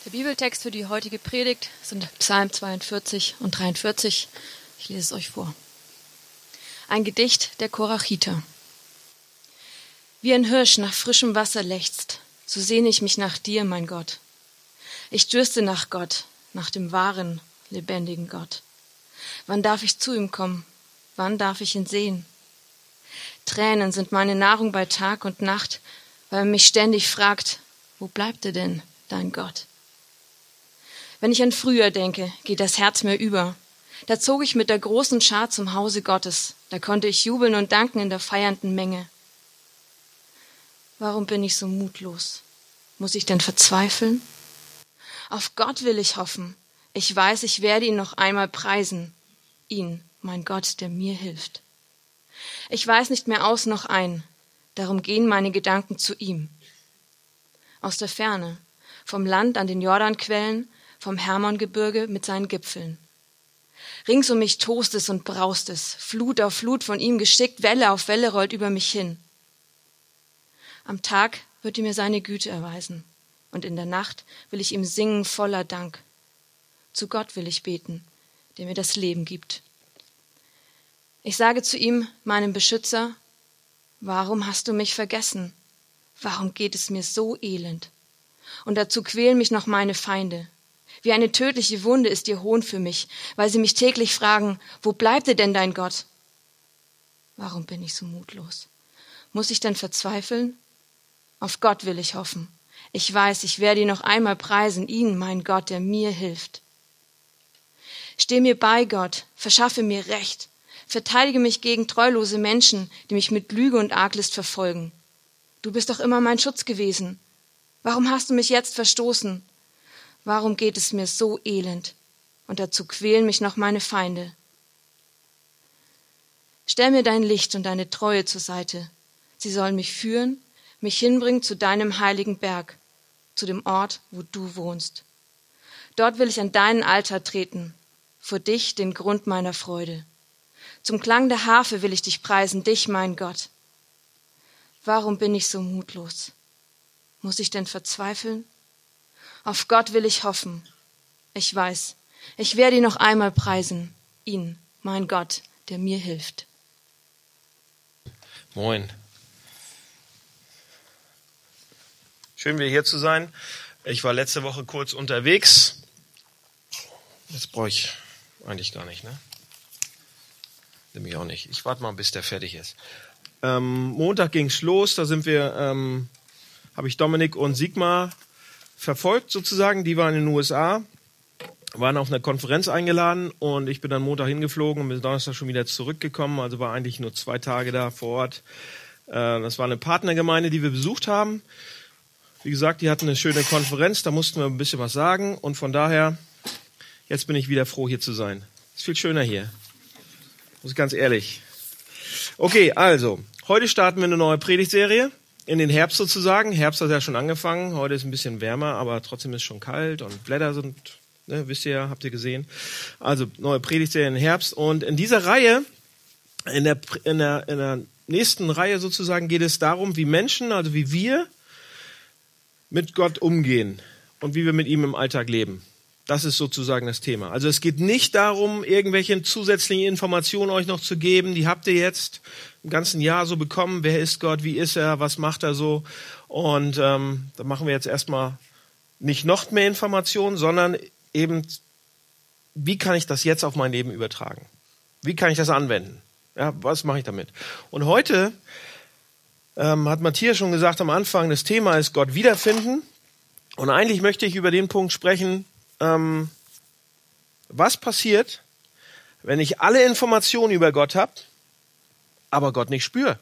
Der Bibeltext für die heutige Predigt sind Psalm 42 und 43. Ich lese es euch vor. Ein Gedicht der Korachiter. Wie ein Hirsch nach frischem Wasser lechzt, so sehne ich mich nach dir, mein Gott. Ich dürste nach Gott, nach dem wahren, lebendigen Gott. Wann darf ich zu ihm kommen? Wann darf ich ihn sehen? Tränen sind meine Nahrung bei Tag und Nacht, weil man mich ständig fragt, wo bleibt er denn, dein Gott? Wenn ich an früher denke, geht das Herz mir über. Da zog ich mit der großen Schar zum Hause Gottes. Da konnte ich jubeln und danken in der feiernden Menge. Warum bin ich so mutlos? Muss ich denn verzweifeln? Auf Gott will ich hoffen. Ich weiß, ich werde ihn noch einmal preisen. Ihn, mein Gott, der mir hilft. Ich weiß nicht mehr aus noch ein. Darum gehen meine Gedanken zu ihm. Aus der Ferne, vom Land an den Jordanquellen, vom Hermongebirge mit seinen Gipfeln. Rings um mich tost es und braust es, Flut auf Flut von ihm geschickt, Welle auf Welle rollt über mich hin. Am Tag wird er mir seine Güte erweisen, und in der Nacht will ich ihm singen voller Dank. Zu Gott will ich beten, der mir das Leben gibt. Ich sage zu ihm, meinem Beschützer, warum hast du mich vergessen? Warum geht es mir so elend? Und dazu quälen mich noch meine Feinde. Wie eine tödliche Wunde ist ihr Hohn für mich, weil sie mich täglich fragen, wo bleibt er denn, dein Gott? Warum bin ich so mutlos? Muss ich denn verzweifeln? Auf Gott will ich hoffen. Ich weiß, ich werde ihn noch einmal preisen, ihn, mein Gott, der mir hilft. Steh mir bei, Gott, verschaffe mir Recht, verteidige mich gegen treulose Menschen, die mich mit Lüge und Arglist verfolgen. Du bist doch immer mein Schutz gewesen. Warum hast du mich jetzt verstoßen? Warum geht es mir so elend? Und dazu quälen mich noch meine Feinde. Stell mir dein Licht und deine Treue zur Seite. Sie sollen mich führen, mich hinbringen zu deinem heiligen Berg, zu dem Ort, wo du wohnst. Dort will ich an deinen Altar treten, vor dich den Grund meiner Freude. Zum Klang der Harfe will ich dich preisen, dich, mein Gott. Warum bin ich so mutlos? Muss ich denn verzweifeln? Auf Gott will ich hoffen. Ich weiß, ich werde ihn noch einmal preisen, ihn, mein Gott, der mir hilft. Moin. Schön, wieder hier zu sein. Ich war letzte Woche kurz unterwegs. Das brauche ich eigentlich gar nicht, ne? Nämlich auch nicht. Ich warte mal, bis der fertig ist. Montag ging's los. Da sind wir, habe ich Dominik und Sigmar verfolgt sozusagen. Die waren in den USA, waren auf einer Konferenz eingeladen und ich bin dann Montag hingeflogen und bin Donnerstag schon wieder zurückgekommen. Also war eigentlich nur 2 Tage da vor Ort. Das war eine Partnergemeinde, die wir besucht haben. Wie gesagt, die hatten eine schöne Konferenz, da mussten wir ein bisschen was sagen und von daher, jetzt bin ich wieder froh, hier zu sein. Ist viel schöner hier, muss ich ganz ehrlich. Okay, also, heute starten wir eine neue Predigtserie, in den Herbst sozusagen. Herbst hat ja schon angefangen, heute ist ein bisschen wärmer, aber trotzdem ist es schon kalt und Blätter sind, ne, wisst ihr ja, habt ihr gesehen. Also, neue Predigtserie in den Herbst und in dieser Reihe, in der nächsten Reihe sozusagen geht es darum, wie Menschen, also wie wir, mit Gott umgehen und wie wir mit ihm im Alltag leben. Das ist sozusagen das Thema. Also es geht nicht darum, irgendwelche zusätzlichen Informationen euch noch zu geben. Die habt ihr jetzt im ganzen Jahr so bekommen. Wer ist Gott? Wie ist er? Was macht er so? Und da machen wir jetzt erstmal nicht noch mehr Informationen, sondern eben, wie kann ich das jetzt auf mein Leben übertragen? Wie kann ich das anwenden? Ja, was mache ich damit? Und heute hat Matthias schon gesagt am Anfang, das Thema ist Gott wiederfinden. Und eigentlich möchte ich über den Punkt sprechen, was passiert, wenn ich alle Informationen über Gott habe, aber Gott nicht spüre?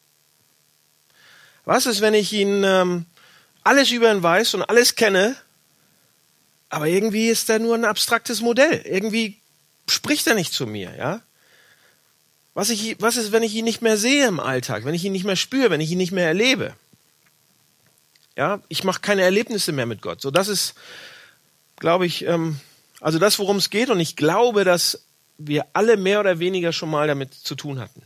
Was ist, wenn ich ihn alles über ihn weiß und alles kenne, aber irgendwie ist er nur ein abstraktes Modell? Irgendwie spricht er nicht zu mir, ja? Was ist, wenn ich ihn nicht mehr sehe im Alltag, wenn ich ihn nicht mehr spüre, wenn ich ihn nicht mehr erlebe? Ja, ich mache keine Erlebnisse mehr mit Gott. So, das ist, glaube ich, also das, worum es geht. Und ich glaube, dass wir alle mehr oder weniger schon mal damit zu tun hatten.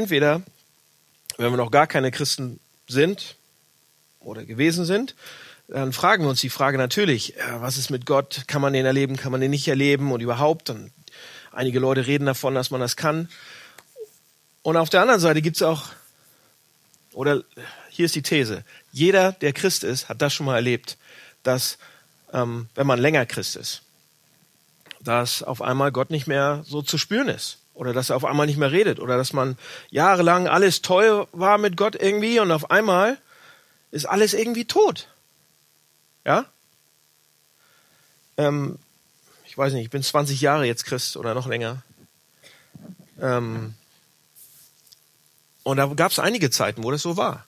Entweder, wenn wir noch gar keine Christen sind oder gewesen sind, dann fragen wir uns die Frage natürlich, was ist mit Gott? Kann man den erleben? Kann man den nicht erleben? Und überhaupt, und einige Leute reden davon, dass man das kann. Und auf der anderen Seite gibt es auch, oder hier ist die These, jeder, der Christ ist, hat das schon mal erlebt, dass, wenn man länger Christ ist, dass auf einmal Gott nicht mehr so zu spüren ist. Oder dass er auf einmal nicht mehr redet. Oder dass man jahrelang alles toll war mit Gott irgendwie und auf einmal ist alles irgendwie tot. Ja? Ich weiß nicht, ich bin 20 Jahre jetzt Christ oder noch länger. Und da gab es einige Zeiten, wo das so war.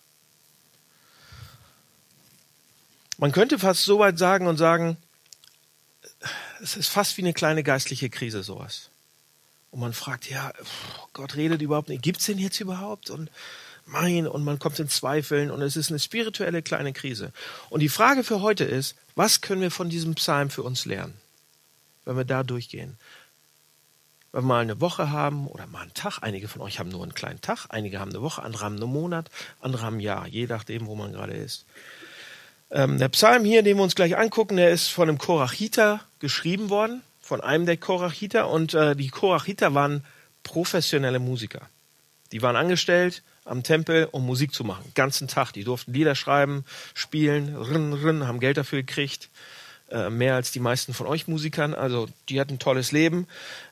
Man könnte fast so weit sagen, es ist fast wie eine kleine geistliche Krise, sowas. Und man fragt, ja, Gott redet überhaupt nicht. Gibt's den jetzt überhaupt? Und man kommt in Zweifeln und es ist eine spirituelle kleine Krise. Und die Frage für heute ist, was können wir von diesem Psalm für uns lernen, wenn wir da durchgehen? Wenn wir mal eine Woche haben oder mal einen Tag, einige von euch haben nur einen kleinen Tag, einige haben eine Woche, andere haben einen Monat, andere haben ein Jahr, je nachdem, wo man gerade ist. Der Psalm hier, den wir uns gleich angucken, der ist von einem Korachiter geschrieben worden, von einem der Korachiter. Und die Korachiter waren professionelle Musiker. Die waren angestellt am Tempel, um Musik zu machen, den ganzen Tag. Die durften Lieder schreiben, spielen, haben Geld dafür gekriegt. Mehr als die meisten von euch Musikern. Also die hatten ein tolles Leben.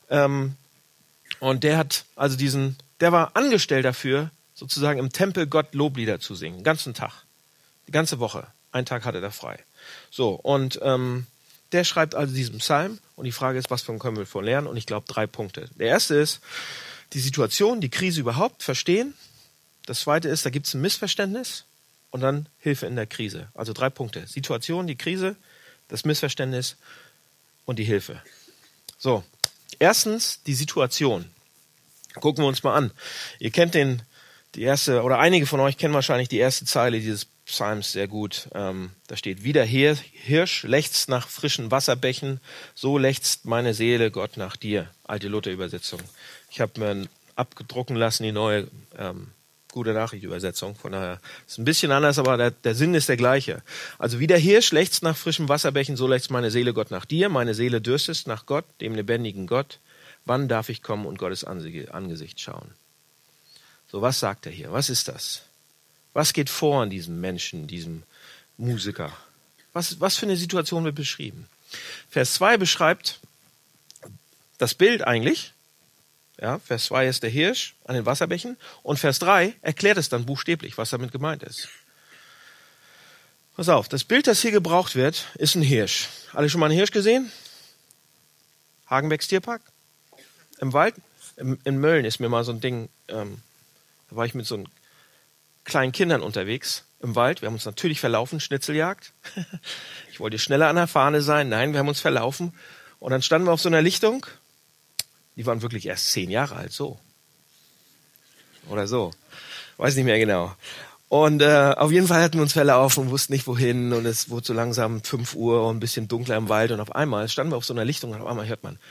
Und der war angestellt dafür, sozusagen im Tempel Gott Loblieder zu singen, den ganzen Tag, die ganze Woche. Einen Tag hatte er frei. So, und der schreibt also diesen Psalm. Und die Frage ist, was können wir von lernen? Und ich glaube, 3 Punkte. Der erste ist, die Situation, die Krise überhaupt verstehen. Das zweite ist, da gibt es ein Missverständnis. Und dann Hilfe in der Krise. Also 3 Punkte. Situation, die Krise, das Missverständnis und die Hilfe. So, erstens die Situation. Gucken wir uns mal an. Ihr kennt die erste, oder einige von euch kennen wahrscheinlich die erste Zeile dieses Psalms sehr gut. Da steht, wie der Hirsch lechzt nach frischen Wasserbächen, so lechzt meine Seele Gott nach dir. Alte Luther-Übersetzung. Ich habe mir abgedrucken lassen, die neue Gute Nachricht-Übersetzung. Von daher ist ein bisschen anders, aber der Sinn ist der gleiche. Also wie der Hirsch lechzt nach frischen Wasserbächen, so lechzt meine Seele Gott nach dir. Meine Seele dürstet nach Gott, dem lebendigen Gott. Wann darf ich kommen und Gottes Angesicht schauen? So, was sagt er hier? Was ist das? Was geht vor an diesem Menschen, diesem Musiker? Was für eine Situation wird beschrieben? Vers 2 beschreibt das Bild eigentlich. Ja, Vers 2 ist der Hirsch an den Wasserbächen. Und Vers 3 erklärt es dann buchstäblich, was damit gemeint ist. Pass auf, das Bild, das hier gebraucht wird, ist ein Hirsch. Alle schon mal einen Hirsch gesehen? Hagenbecks Tierpark? Im Wald? In Mölln ist mir mal so ein Ding, da war ich mit so kleinen Kindern unterwegs im Wald. Wir haben uns natürlich verlaufen, Schnitzeljagd. Ich wollte schneller an der Fahne sein. Nein, wir haben uns verlaufen. Und dann standen wir auf so einer Lichtung. Die waren wirklich erst 10 Jahre alt, so. Oder so. Weiß nicht mehr genau. Und auf jeden Fall hatten wir uns verlaufen, wussten nicht wohin. Und es wurde so langsam 5 Uhr und ein bisschen dunkler im Wald. Und auf einmal standen wir auf so einer Lichtung und auf einmal hört man.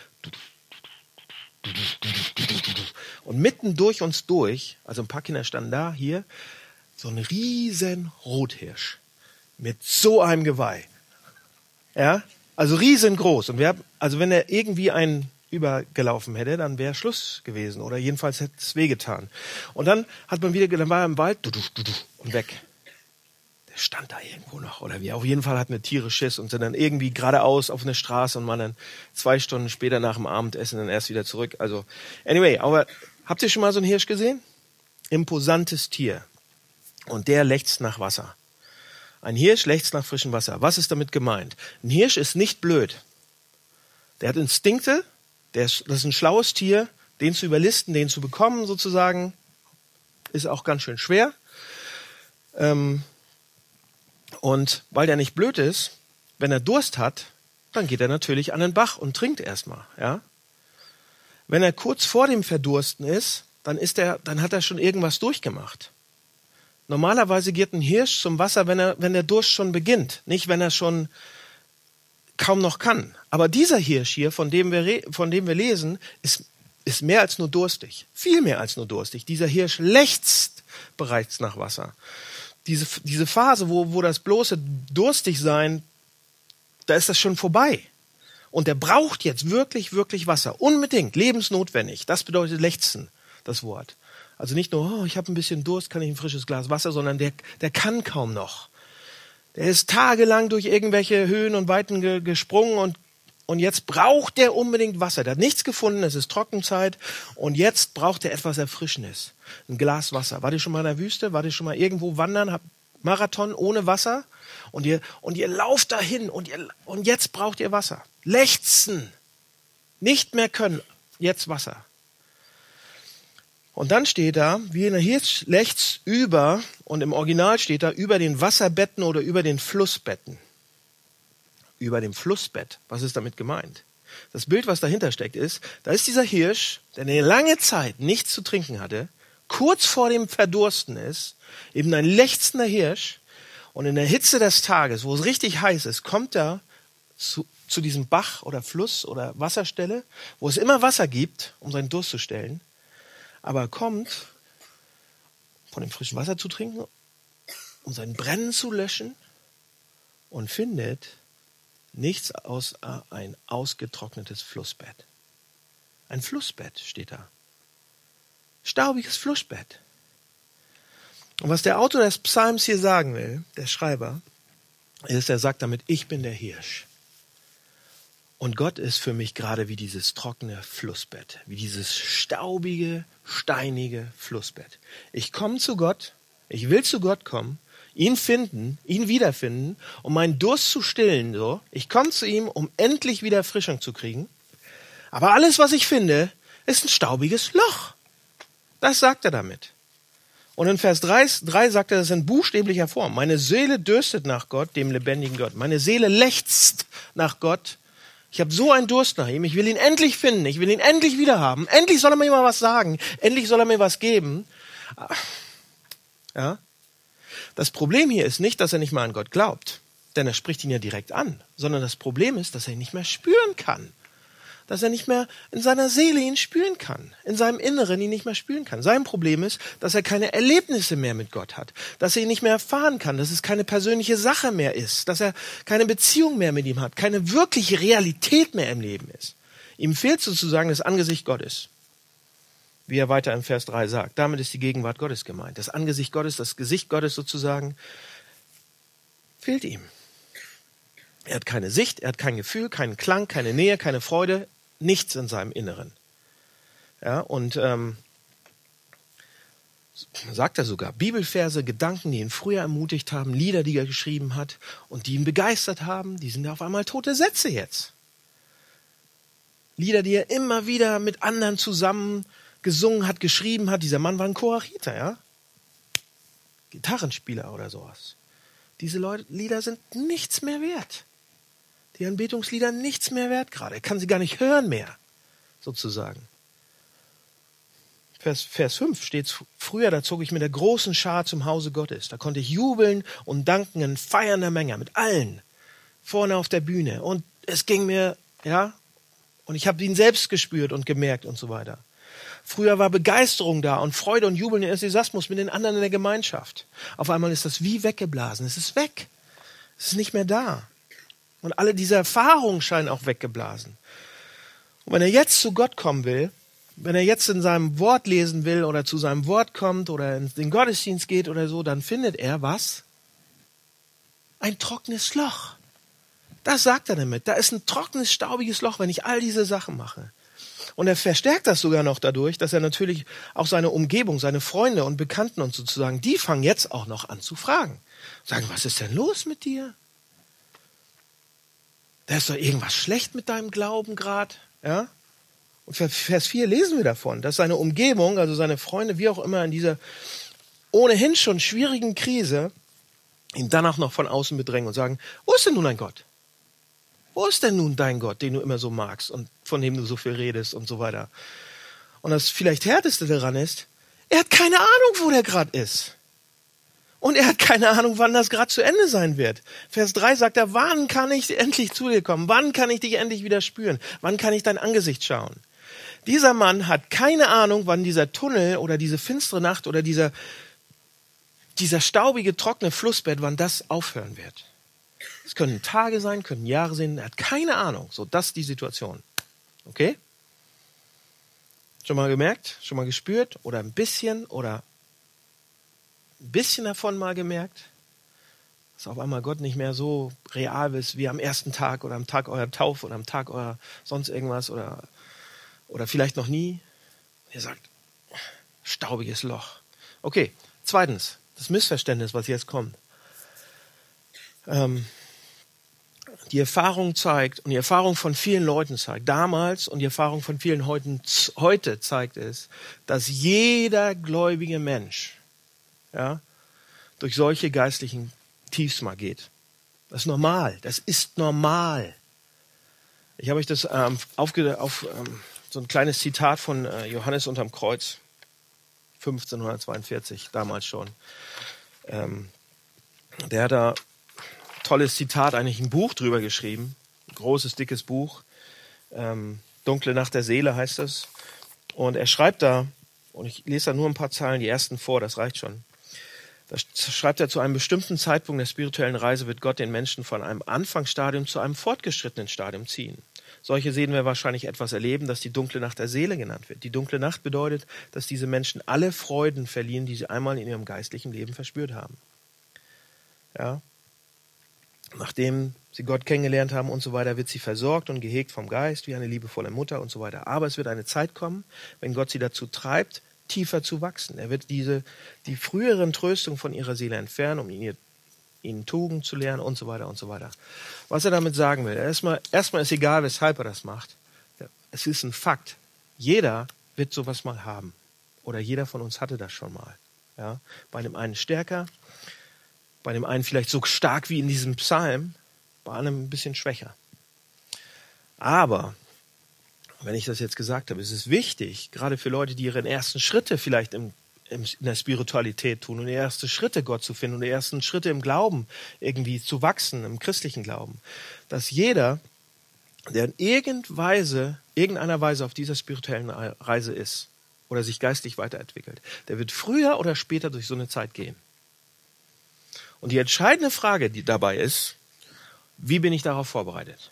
Und mitten durch uns durch, also ein paar Kinder standen da, hier, so ein riesen Rothirsch mit so einem Geweih. Ja, also riesengroß. Und wenn er irgendwie einen übergelaufen hätte, dann wäre Schluss gewesen. Oder jedenfalls hätte es wehgetan. Und dann dann war er im Wald und weg. Der stand da irgendwo noch. Oder wie? Auf jeden Fall hatten wir Tiere Schiss und sind dann irgendwie geradeaus auf eine Straße und waren dann 2 Stunden später nach dem Abendessen dann erst wieder zurück. Also, anyway, aber habt ihr schon mal so einen Hirsch gesehen? Imposantes Tier. Und der lechzt nach Wasser. Ein Hirsch lechzt nach frischem Wasser. Was ist damit gemeint? Ein Hirsch ist nicht blöd. Der hat Instinkte. Das ist ein schlaues Tier. Den zu überlisten, den zu bekommen sozusagen, ist auch ganz schön schwer. Und weil der nicht blöd ist, wenn er Durst hat, dann geht er natürlich an den Bach und trinkt erstmal. Ja? Wenn er kurz vor dem Verdursten ist, dann hat er schon irgendwas durchgemacht. Normalerweise geht ein Hirsch zum Wasser, wenn der Durst schon beginnt, nicht wenn er schon kaum noch kann. Aber dieser Hirsch hier, von dem wir lesen, ist mehr als nur durstig. Viel mehr als nur durstig. Dieser Hirsch lechzt bereits nach Wasser. diese Phase, wo das bloße Durstigsein, da ist das schon vorbei. Und der braucht jetzt wirklich, wirklich Wasser. Unbedingt, lebensnotwendig. Das bedeutet lechzen, das Wort. Also nicht nur, oh, ich habe ein bisschen Durst, kann ich ein frisches Glas Wasser, sondern der kann kaum noch. Der ist tagelang durch irgendwelche Höhen und Weiten gesprungen und jetzt braucht der unbedingt Wasser. Der hat nichts gefunden, es ist Trockenzeit und jetzt braucht er etwas Erfrischendes. Ein Glas Wasser. Wart ihr schon mal in der Wüste? Wart ihr schon mal irgendwo wandern? Habt Marathon ohne Wasser? Und ihr lauft dahin und jetzt braucht ihr Wasser. Lechzen. Nicht mehr können. Jetzt Wasser. Und dann steht da, wie in der Hirsch lechzt über, und im Original steht da, über den Wasserbetten oder über den Flussbetten. Über dem Flussbett. Was ist damit gemeint? Das Bild, was dahinter steckt, ist, da ist dieser Hirsch, der eine lange Zeit nichts zu trinken hatte, kurz vor dem Verdursten ist, eben ein lechzender Hirsch, und in der Hitze des Tages, wo es richtig heiß ist, kommt er zu diesem Bach oder Fluss oder Wasserstelle, wo es immer Wasser gibt, um seinen Durst zu stillen. Aber er kommt, von dem frischen Wasser zu trinken, um sein Brennen zu löschen, und findet nichts außer ein ausgetrocknetes Flussbett. Ein Flussbett steht da. Staubiges Flussbett. Und was der Autor des Psalms hier sagen will, der Schreiber, ist, er sagt damit, ich bin der Hirsch. Und Gott ist für mich gerade wie dieses trockene Flussbett, wie dieses staubige, steinige Flussbett. Ich komme zu Gott, ich will zu Gott kommen, ihn finden, ihn wiederfinden, um meinen Durst zu stillen. So. Ich komme zu ihm, um endlich wieder Erfrischung zu kriegen. Aber alles, was ich finde, ist ein staubiges Loch. Das sagt er damit. Und in Vers 3 sagt er das in buchstäblicher Form. Meine Seele dürstet nach Gott, dem lebendigen Gott. Meine Seele lechzt nach Gott. Ich habe so einen Durst nach ihm. Ich will ihn endlich finden. Ich will ihn endlich wieder haben. Endlich soll er mir mal was sagen. Endlich soll er mir was geben. Ja. Das Problem hier ist nicht, dass er nicht mal an Gott glaubt. Denn er spricht ihn ja direkt an. Sondern das Problem ist, dass er ihn nicht mehr spüren kann. Dass er nicht mehr in seiner Seele ihn spüren kann. In seinem Inneren ihn nicht mehr spüren kann. Sein Problem ist, dass er keine Erlebnisse mehr mit Gott hat. Dass er ihn nicht mehr erfahren kann. Dass es keine persönliche Sache mehr ist. Dass er keine Beziehung mehr mit ihm hat. Keine wirkliche Realität mehr im Leben ist. Ihm fehlt sozusagen das Angesicht Gottes. Wie er weiter im Vers 3 sagt. Damit ist die Gegenwart Gottes gemeint. Das Angesicht Gottes, das Gesicht Gottes sozusagen, fehlt ihm. Er hat keine Sicht, er hat kein Gefühl, keinen Klang, keine Nähe, keine Freude, nichts in seinem Inneren. Ja, und sagt er sogar, Bibelverse, Gedanken, die ihn früher ermutigt haben, Lieder, die er geschrieben hat und die ihn begeistert haben, die sind auf einmal tote Sätze jetzt. Lieder, die er immer wieder mit anderen zusammen gesungen hat, geschrieben hat. Dieser Mann war ein Korachiter, ja? Gitarrenspieler oder sowas. Diese Lieder sind nichts mehr wert. Die Anbetungslieder nichts mehr wert gerade. Er kann sie gar nicht hören mehr, sozusagen. Vers 5 steht, früher, da zog ich mit der großen Schar zum Hause Gottes. Da konnte ich jubeln und danken in feiernder Menge mit allen vorne auf der Bühne. Und es ging mir, ja, und ich habe ihn selbst gespürt und gemerkt und so weiter. Früher war Begeisterung da und Freude und Jubeln und Enthusiasmus mit den anderen in der Gemeinschaft. Auf einmal ist das wie weggeblasen. Es ist weg. Es ist nicht mehr da. Und alle diese Erfahrungen scheinen auch weggeblasen. Und wenn er jetzt zu Gott kommen will, wenn er jetzt in seinem Wort lesen will oder zu seinem Wort kommt oder in den Gottesdienst geht oder so, dann findet er was? Ein trockenes Loch. Das sagt er damit. Da ist ein trockenes, staubiges Loch, wenn ich all diese Sachen mache. Und er verstärkt das sogar noch dadurch, dass er natürlich auch seine Umgebung, seine Freunde und Bekannten und sozusagen, die fangen jetzt auch noch an zu fragen. Sagen, was ist denn los mit dir? Da ist doch irgendwas schlecht mit deinem Glauben gerade, ja? Und Vers 4 lesen wir davon, dass seine Umgebung, also seine Freunde, wie auch immer in dieser ohnehin schon schwierigen Krise, ihn danach noch von außen bedrängen und sagen, wo ist denn nun dein Gott? Wo ist denn nun dein Gott, den du immer so magst und von dem du so viel redest und so weiter? Und das vielleicht Härteste daran ist, er hat keine Ahnung, wo der gerade ist. Und er hat keine Ahnung, wann das gerade zu Ende sein wird. Vers 3 sagt er, wann kann ich endlich zu dir kommen? Wann kann ich dich endlich wieder spüren? Wann kann ich dein Angesicht schauen? Dieser Mann hat keine Ahnung, wann dieser Tunnel oder diese finstere Nacht oder dieser dieser staubige, trockene Flussbett, wann das aufhören wird. Es können Tage sein, können Jahre sein, er hat keine Ahnung. So, das ist die Situation. Okay? Schon mal gemerkt? Schon mal gespürt? Oder ein bisschen davon mal gemerkt? Dass auf einmal Gott nicht mehr so real ist wie am ersten Tag oder am Tag eurer Taufe oder am Tag eurer sonst irgendwas oder vielleicht noch nie. Ihr sagt, staubiges Loch. Okay, zweitens, das Missverständnis, was jetzt kommt. Die Erfahrung zeigt, und die Erfahrung von vielen Leuten zeigt, damals und die Erfahrung von vielen heute zeigt es, dass jeder gläubige Mensch durch solche geistlichen Tiefs mal geht. Das ist normal. Das ist normal. Ich habe euch das so ein kleines Zitat von Johannes unterm Kreuz, 1542, damals schon. Der hat da tolles Zitat, eigentlich ein Buch drüber geschrieben. Ein großes, dickes Buch. Dunkle Nacht der Seele heißt es. Und er schreibt da, und ich lese da nur ein paar Zeilen, die ersten vor, das reicht schon. Da schreibt er, zu einem bestimmten Zeitpunkt der spirituellen Reise wird Gott den Menschen von einem Anfangsstadium zu einem fortgeschrittenen Stadium ziehen. Solche sehen wir wahrscheinlich etwas erleben, das die dunkle Nacht der Seele genannt wird. Die dunkle Nacht bedeutet, dass diese Menschen alle Freuden verlieren, die sie einmal in ihrem geistlichen Leben verspürt haben. Ja. Nachdem sie Gott kennengelernt haben und so weiter, wird sie versorgt und gehegt vom Geist, wie eine liebevolle Mutter und so weiter. Aber es wird eine Zeit kommen, wenn Gott sie dazu treibt, tiefer zu wachsen. Er wird die früheren Tröstungen von ihrer Seele entfernen, um ihnen Tugend zu lernen und so weiter und so weiter. Was er damit sagen will, erstmal ist egal, weshalb er das macht. Es ist ein Fakt. Jeder wird sowas mal haben. Oder jeder von uns hatte das schon mal. Ja? Bei dem einen stärker, bei dem einen vielleicht so stark wie in diesem Psalm, bei einem ein bisschen schwächer. Aber, wenn ich das jetzt gesagt habe, ist es wichtig, gerade für Leute, die ihre ersten Schritte vielleicht in der Spiritualität tun und die ersten Schritte Gott zu finden und die ersten Schritte im Glauben irgendwie zu wachsen, im christlichen Glauben, dass jeder, der in irgendeiner Weise auf dieser spirituellen Reise ist oder sich geistlich weiterentwickelt, der wird früher oder später durch so eine Zeit gehen. Und die entscheidende Frage, die dabei ist, wie bin ich darauf vorbereitet?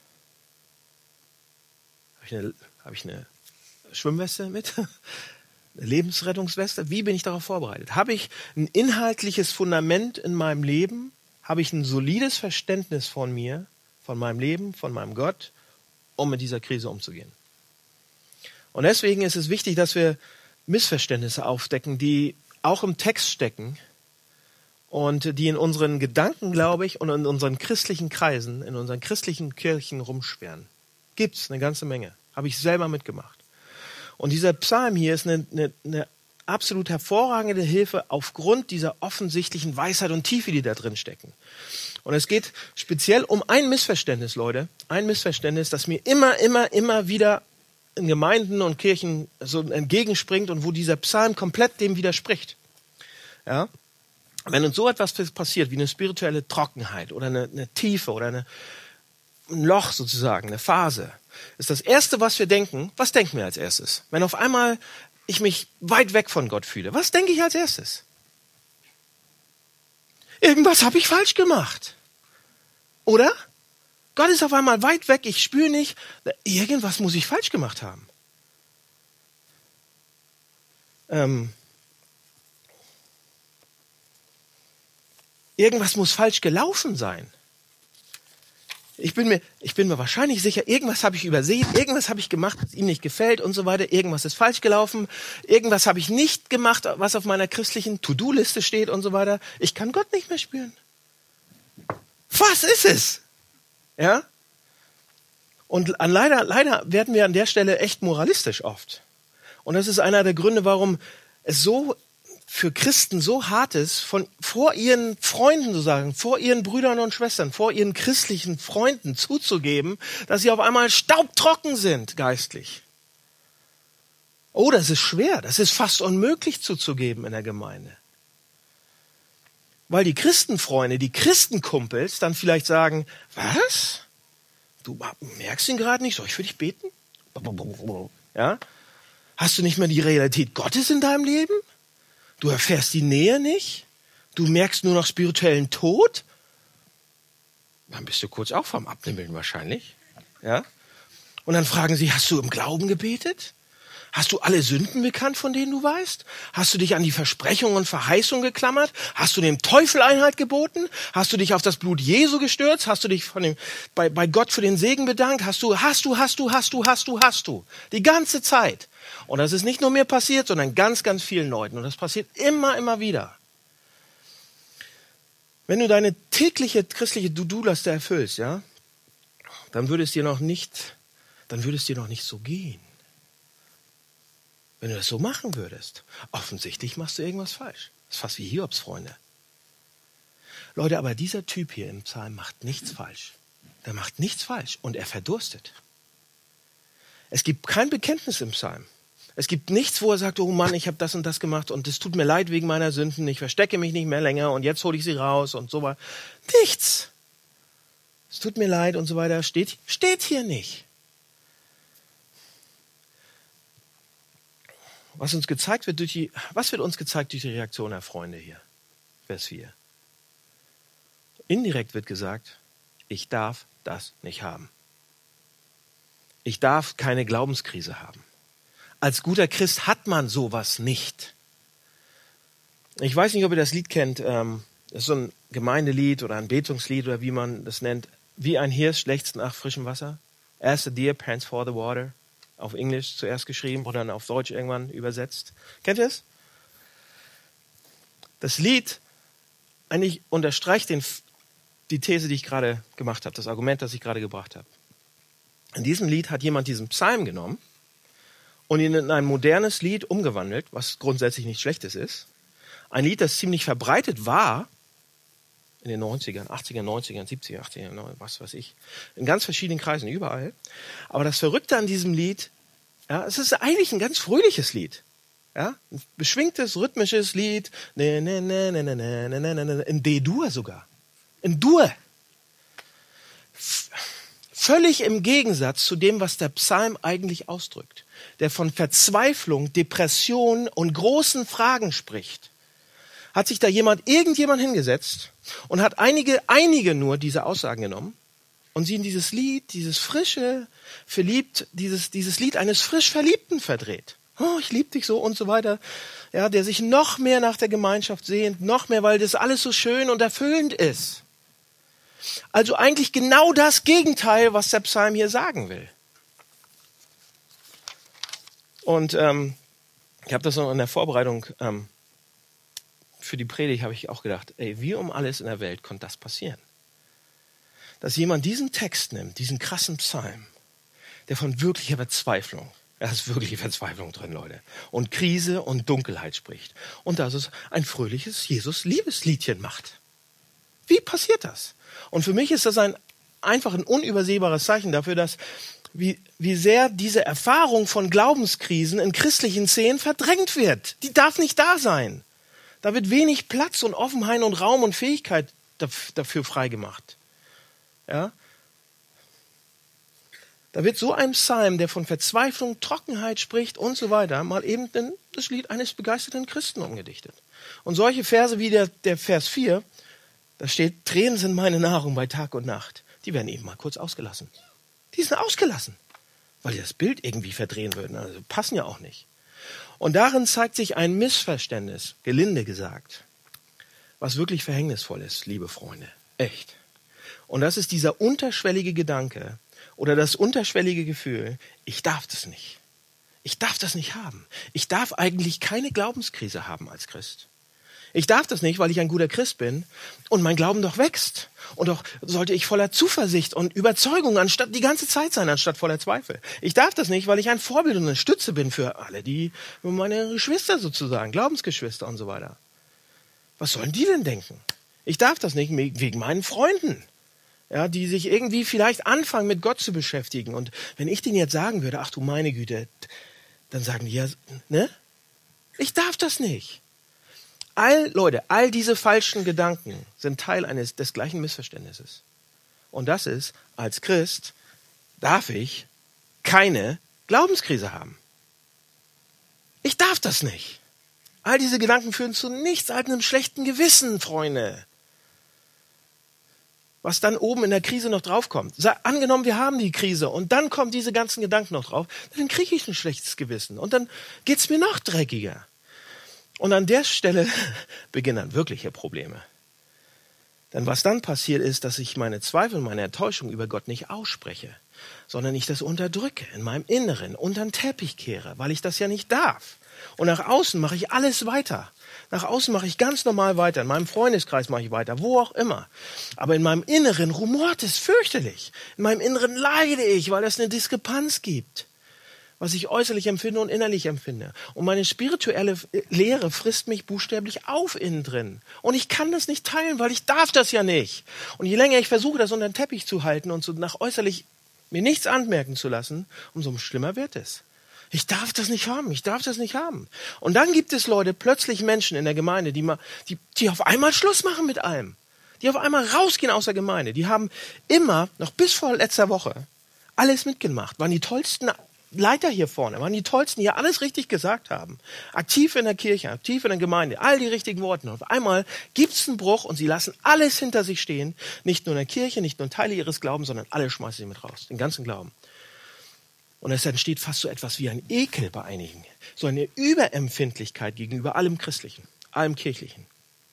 Habe ich eine Schwimmweste mit? Eine Lebensrettungsweste? Wie bin ich darauf vorbereitet? Habe ich ein inhaltliches Fundament in meinem Leben? Habe ich ein solides Verständnis von mir, von meinem Leben, von meinem Gott, um mit dieser Krise umzugehen? Und deswegen ist es wichtig, dass wir Missverständnisse aufdecken, die auch im Text stecken und die in unseren Gedanken, glaube ich, und in unseren christlichen Kreisen, in unseren christlichen Kirchen rumschwirren. Gibt's eine ganze Menge. Habe ich selber mitgemacht. Und dieser Psalm hier ist eine absolut hervorragende Hilfe aufgrund dieser offensichtlichen Weisheit und Tiefe, die da drin stecken. Und es geht speziell um ein Missverständnis, Leute. Ein Missverständnis, das mir immer wieder in Gemeinden und Kirchen so entgegenspringt und wo dieser Psalm komplett dem widerspricht. Ja? Wenn uns so etwas passiert wie eine spirituelle Trockenheit oder eine Tiefe oder ein Loch sozusagen, eine Phase, ist das Erste, was wir denken, was denken wir als erstes? Wenn auf einmal ich mich weit weg von Gott fühle, was denke ich als erstes? Irgendwas habe ich falsch gemacht. Oder? Gott ist auf einmal weit weg, ich spüre nicht, irgendwas muss ich falsch gemacht haben. Irgendwas muss falsch gelaufen sein. Ich bin mir wahrscheinlich sicher, irgendwas habe ich übersehen, irgendwas habe ich gemacht, was ihm nicht gefällt und so weiter. Irgendwas ist falsch gelaufen, irgendwas habe ich nicht gemacht, was auf meiner christlichen To-Do-Liste steht und so weiter. Ich kann Gott nicht mehr spüren. Was ist es? Ja? Und leider werden wir an der Stelle echt moralistisch oft. Und das ist einer der Gründe, warum es so für Christen so hart ist, vor ihren Freunden sozusagen, vor ihren Brüdern und Schwestern, vor ihren christlichen Freunden zuzugeben, dass sie auf einmal staubtrocken sind geistlich. Oh, das ist schwer, das ist fast unmöglich zuzugeben in der Gemeinde. Weil die Christenfreunde, die Christenkumpels dann vielleicht sagen, was? Du merkst ihn gerade nicht, soll ich für dich beten? Ja? Hast du nicht mehr die Realität Gottes in deinem Leben? Du erfährst die Nähe nicht? Du merkst nur noch spirituellen Tod? Dann bist du kurz auch vom Abnibbeln wahrscheinlich. Ja? Und dann fragen sie, hast du im Glauben gebetet? Hast du alle Sünden bekannt, von denen du weißt? Hast du dich an die Versprechungen und Verheißungen geklammert? Hast du dem Teufel Einhalt geboten? Hast du dich auf das Blut Jesu gestürzt? Hast du dich bei Gott für den Segen bedankt? Hast du. Die ganze Zeit. Und das ist nicht nur mir passiert, sondern ganz, ganz vielen Leuten. Und das passiert immer wieder. Wenn du deine tägliche christliche To-Do-Liste erfüllst, ja, dann würde es dir noch nicht so gehen. Wenn du das so machen würdest, offensichtlich machst du irgendwas falsch. Das ist fast wie Hiobs Freunde. Leute, aber dieser Typ hier im Psalm macht nichts falsch. Der macht nichts falsch und er verdurstet. Es gibt kein Bekenntnis im Psalm. Es gibt nichts, wo er sagt, oh Mann, ich habe das und das gemacht und es tut mir leid wegen meiner Sünden, ich verstecke mich nicht mehr länger und jetzt hole ich sie raus und so weiter. Nichts. Es tut mir leid und so weiter. Steht hier nicht. Was wird uns gezeigt durch die Reaktion der Freunde hier? Vers 4. Indirekt wird gesagt, ich darf das nicht haben. Ich darf keine Glaubenskrise haben. Als guter Christ hat man sowas nicht. Ich weiß nicht, ob ihr das Lied kennt. Das ist so ein Gemeindelied oder ein Betungslied oder wie man das nennt. Wie ein Hirsch lechzt nach frischem Wasser. As a deer pants for the water. Auf Englisch zuerst geschrieben oder dann auf Deutsch irgendwann übersetzt. Kennt ihr es? Das Lied eigentlich unterstreicht die These, die ich gerade gemacht habe, das Argument, das ich gerade gebracht habe. In diesem Lied hat jemand diesen Psalm genommen und ihn in ein modernes Lied umgewandelt, was grundsätzlich nichts Schlechtes ist. Ein Lied, das ziemlich verbreitet war in den 90ern, 80ern, 90ern, 70ern, 80ern, was weiß ich, in ganz verschiedenen Kreisen, überall. Aber das Verrückte an diesem Lied, ja, es ist eigentlich ein ganz fröhliches Lied. Ja, ein beschwingtes, rhythmisches Lied, in D-Dur sogar. In Dur. Völlig im Gegensatz zu dem, was der Psalm eigentlich ausdrückt, der von Verzweiflung, Depression und großen Fragen spricht. Hat sich da irgendjemand hingesetzt und hat einige nur diese Aussagen genommen und sie in dieses Lied, dieses frische, dieses Lied eines frisch Verliebten verdreht. Oh, ich liebe dich so und so weiter. Ja, der sich noch mehr nach der Gemeinschaft sehnt, noch mehr, weil das alles so schön und erfüllend ist. Also eigentlich genau das Gegenteil, was der Psalm hier sagen will. Und ich habe das noch in der Vorbereitung für die Predigt habe ich auch gedacht, wie um alles in der Welt konnte das passieren? Dass jemand diesen Text nimmt, diesen krassen Psalm, der von wirklicher Verzweiflung, da ist wirkliche Verzweiflung drin, Leute, und Krise und Dunkelheit spricht. Und dass es ein fröhliches Jesus-Liebesliedchen macht. Wie passiert das? Und für mich ist das einfach ein unübersehbares Zeichen dafür, dass wie sehr diese Erfahrung von Glaubenskrisen in christlichen Szenen verdrängt wird. Die darf nicht da sein. Da wird wenig Platz und Offenheit und Raum und Fähigkeit dafür freigemacht. Ja? Da wird so ein Psalm, der von Verzweiflung, Trockenheit spricht und so weiter, mal eben das Lied eines begeisterten Christen umgedichtet. Und solche Verse wie der Vers 4, da steht, Tränen sind meine Nahrung bei Tag und Nacht, die werden eben mal kurz ausgelassen. Die sind ausgelassen, weil die das Bild irgendwie verdrehen würden. Also passen ja auch nicht. Und darin zeigt sich ein Missverständnis, gelinde gesagt, was wirklich verhängnisvoll ist, liebe Freunde. Echt. Und das ist dieser unterschwellige Gedanke oder das unterschwellige Gefühl, ich darf das nicht. Ich darf das nicht haben. Ich darf eigentlich keine Glaubenskrise haben als Christ. Ich darf das nicht, weil ich ein guter Christ bin und mein Glauben doch wächst. Und doch sollte ich voller Zuversicht und Überzeugung anstatt die ganze Zeit sein, anstatt voller Zweifel. Ich darf das nicht, weil ich ein Vorbild und eine Stütze bin für alle, meine Geschwister sozusagen, Glaubensgeschwister und so weiter. Was sollen die denn denken? Ich darf das nicht wegen meinen Freunden, ja, die sich irgendwie vielleicht anfangen, mit Gott zu beschäftigen. Und wenn ich denen jetzt sagen würde, ach du meine Güte, dann sagen die ja, ne? Ich darf das nicht. All diese falschen Gedanken sind Teil des gleichen Missverständnisses. Und das ist, als Christ darf ich keine Glaubenskrise haben. Ich darf das nicht. All diese Gedanken führen zu nichts als einem schlechten Gewissen, Freunde. Was dann oben in der Krise noch draufkommt. Angenommen, wir haben die Krise und dann kommen diese ganzen Gedanken noch drauf, dann kriege ich ein schlechtes Gewissen und dann geht's mir noch dreckiger. Und an der Stelle beginnen dann wirkliche Probleme. Denn was dann passiert ist, dass ich meine Zweifel und meine Enttäuschung über Gott nicht ausspreche, sondern ich das unterdrücke, in meinem Inneren, unter den Teppich kehre, weil ich das ja nicht darf. Und nach außen mache ich alles weiter. Nach außen mache ich ganz normal weiter. In meinem Freundeskreis mache ich weiter, wo auch immer. Aber in meinem Inneren rumort es fürchterlich. In meinem Inneren leide ich, weil es eine Diskrepanz gibt, was ich äußerlich empfinde und innerlich empfinde. Und meine spirituelle Lehre frisst mich buchstäblich auf innen drin. Und ich kann das nicht teilen, weil ich darf das ja nicht. Und je länger ich versuche, das unter den Teppich zu halten und so nach äußerlich mir nichts anmerken zu lassen, umso schlimmer wird es. Ich darf das nicht haben, ich darf das nicht haben. Und dann gibt es Leute, plötzlich Menschen in der Gemeinde, die auf einmal Schluss machen mit allem. Die auf einmal rausgehen aus der Gemeinde. Die haben immer, noch bis vor letzter Woche, alles mitgemacht. Waren die tollsten Leiter hier vorne, waren die tollsten, die ja alles richtig gesagt haben. Aktiv in der Kirche, aktiv in der Gemeinde, all die richtigen Worte. Und auf einmal gibt's einen Bruch und sie lassen alles hinter sich stehen. Nicht nur in der Kirche, nicht nur Teile ihres Glaubens, sondern alles schmeißen sie mit raus. Den ganzen Glauben. Und es entsteht fast so etwas wie ein Ekel bei einigen. So eine Überempfindlichkeit gegenüber allem Christlichen, allem Kirchlichen.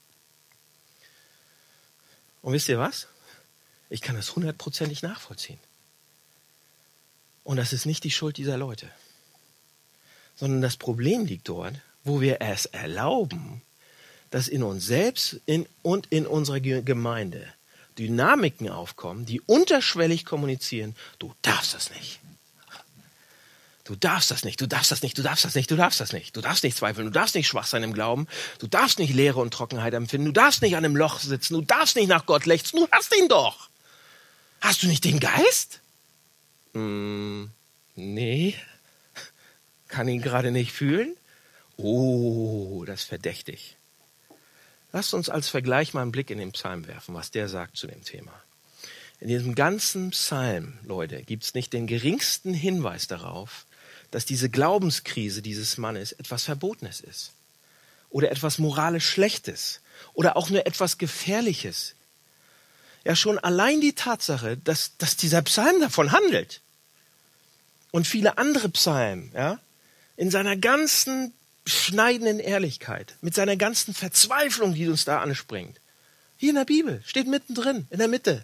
Und wisst ihr was? Ich kann das 100%ig nachvollziehen. Und das ist nicht die Schuld dieser Leute. Sondern das Problem liegt dort, wo wir es erlauben, dass in uns selbst und in unserer Gemeinde Dynamiken aufkommen, die unterschwellig kommunizieren, du darfst das nicht. Du darfst das nicht, du darfst das nicht, du darfst das nicht, du darfst das nicht. Du darfst nicht zweifeln, du darfst nicht schwach sein im Glauben, du darfst nicht Leere und Trockenheit empfinden, du darfst nicht an einem Loch sitzen, du darfst nicht nach Gott lechzen, du hast ihn doch. Hast du nicht den Geist? Nee, kann ihn gerade nicht fühlen. Oh, das ist verdächtig. Lasst uns als Vergleich mal einen Blick in den Psalm werfen, was der sagt zu dem Thema. In diesem ganzen Psalm, Leute, gibt es nicht den geringsten Hinweis darauf, dass diese Glaubenskrise dieses Mannes etwas Verbotenes ist oder etwas moralisch Schlechtes oder auch nur etwas Gefährliches. Ja, schon allein die Tatsache, dass dieser Psalm davon handelt und viele andere Psalmen, ja, in seiner ganzen schneidenden Ehrlichkeit, mit seiner ganzen Verzweiflung, die uns da anspringt. Hier in der Bibel, steht mittendrin, in der Mitte.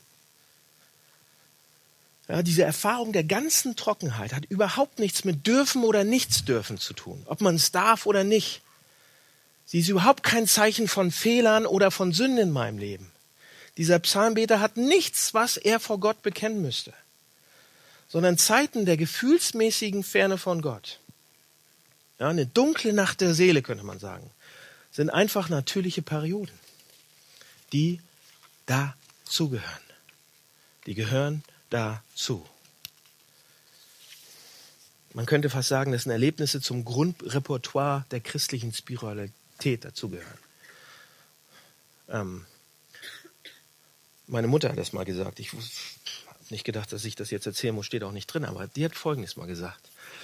Ja, diese Erfahrung der ganzen Trockenheit hat überhaupt nichts mit dürfen oder nichts dürfen zu tun, ob man es darf oder nicht. Sie ist überhaupt kein Zeichen von Fehlern oder von Sünden in meinem Leben. Dieser Psalmbeter hat nichts, was er vor Gott bekennen müsste, sondern Zeiten der gefühlsmäßigen Ferne von Gott. Ja, eine dunkle Nacht der Seele, könnte man sagen, sind einfach natürliche Perioden, die dazugehören. Die gehören dazu. Man könnte fast sagen, das sind Erlebnisse zum Grundrepertoire der christlichen Spiritualität dazugehören. Meine Mutter hat das mal gesagt. Ich habe nicht gedacht, dass ich das jetzt erzählen muss, steht auch nicht drin, aber die hat Folgendes mal gesagt.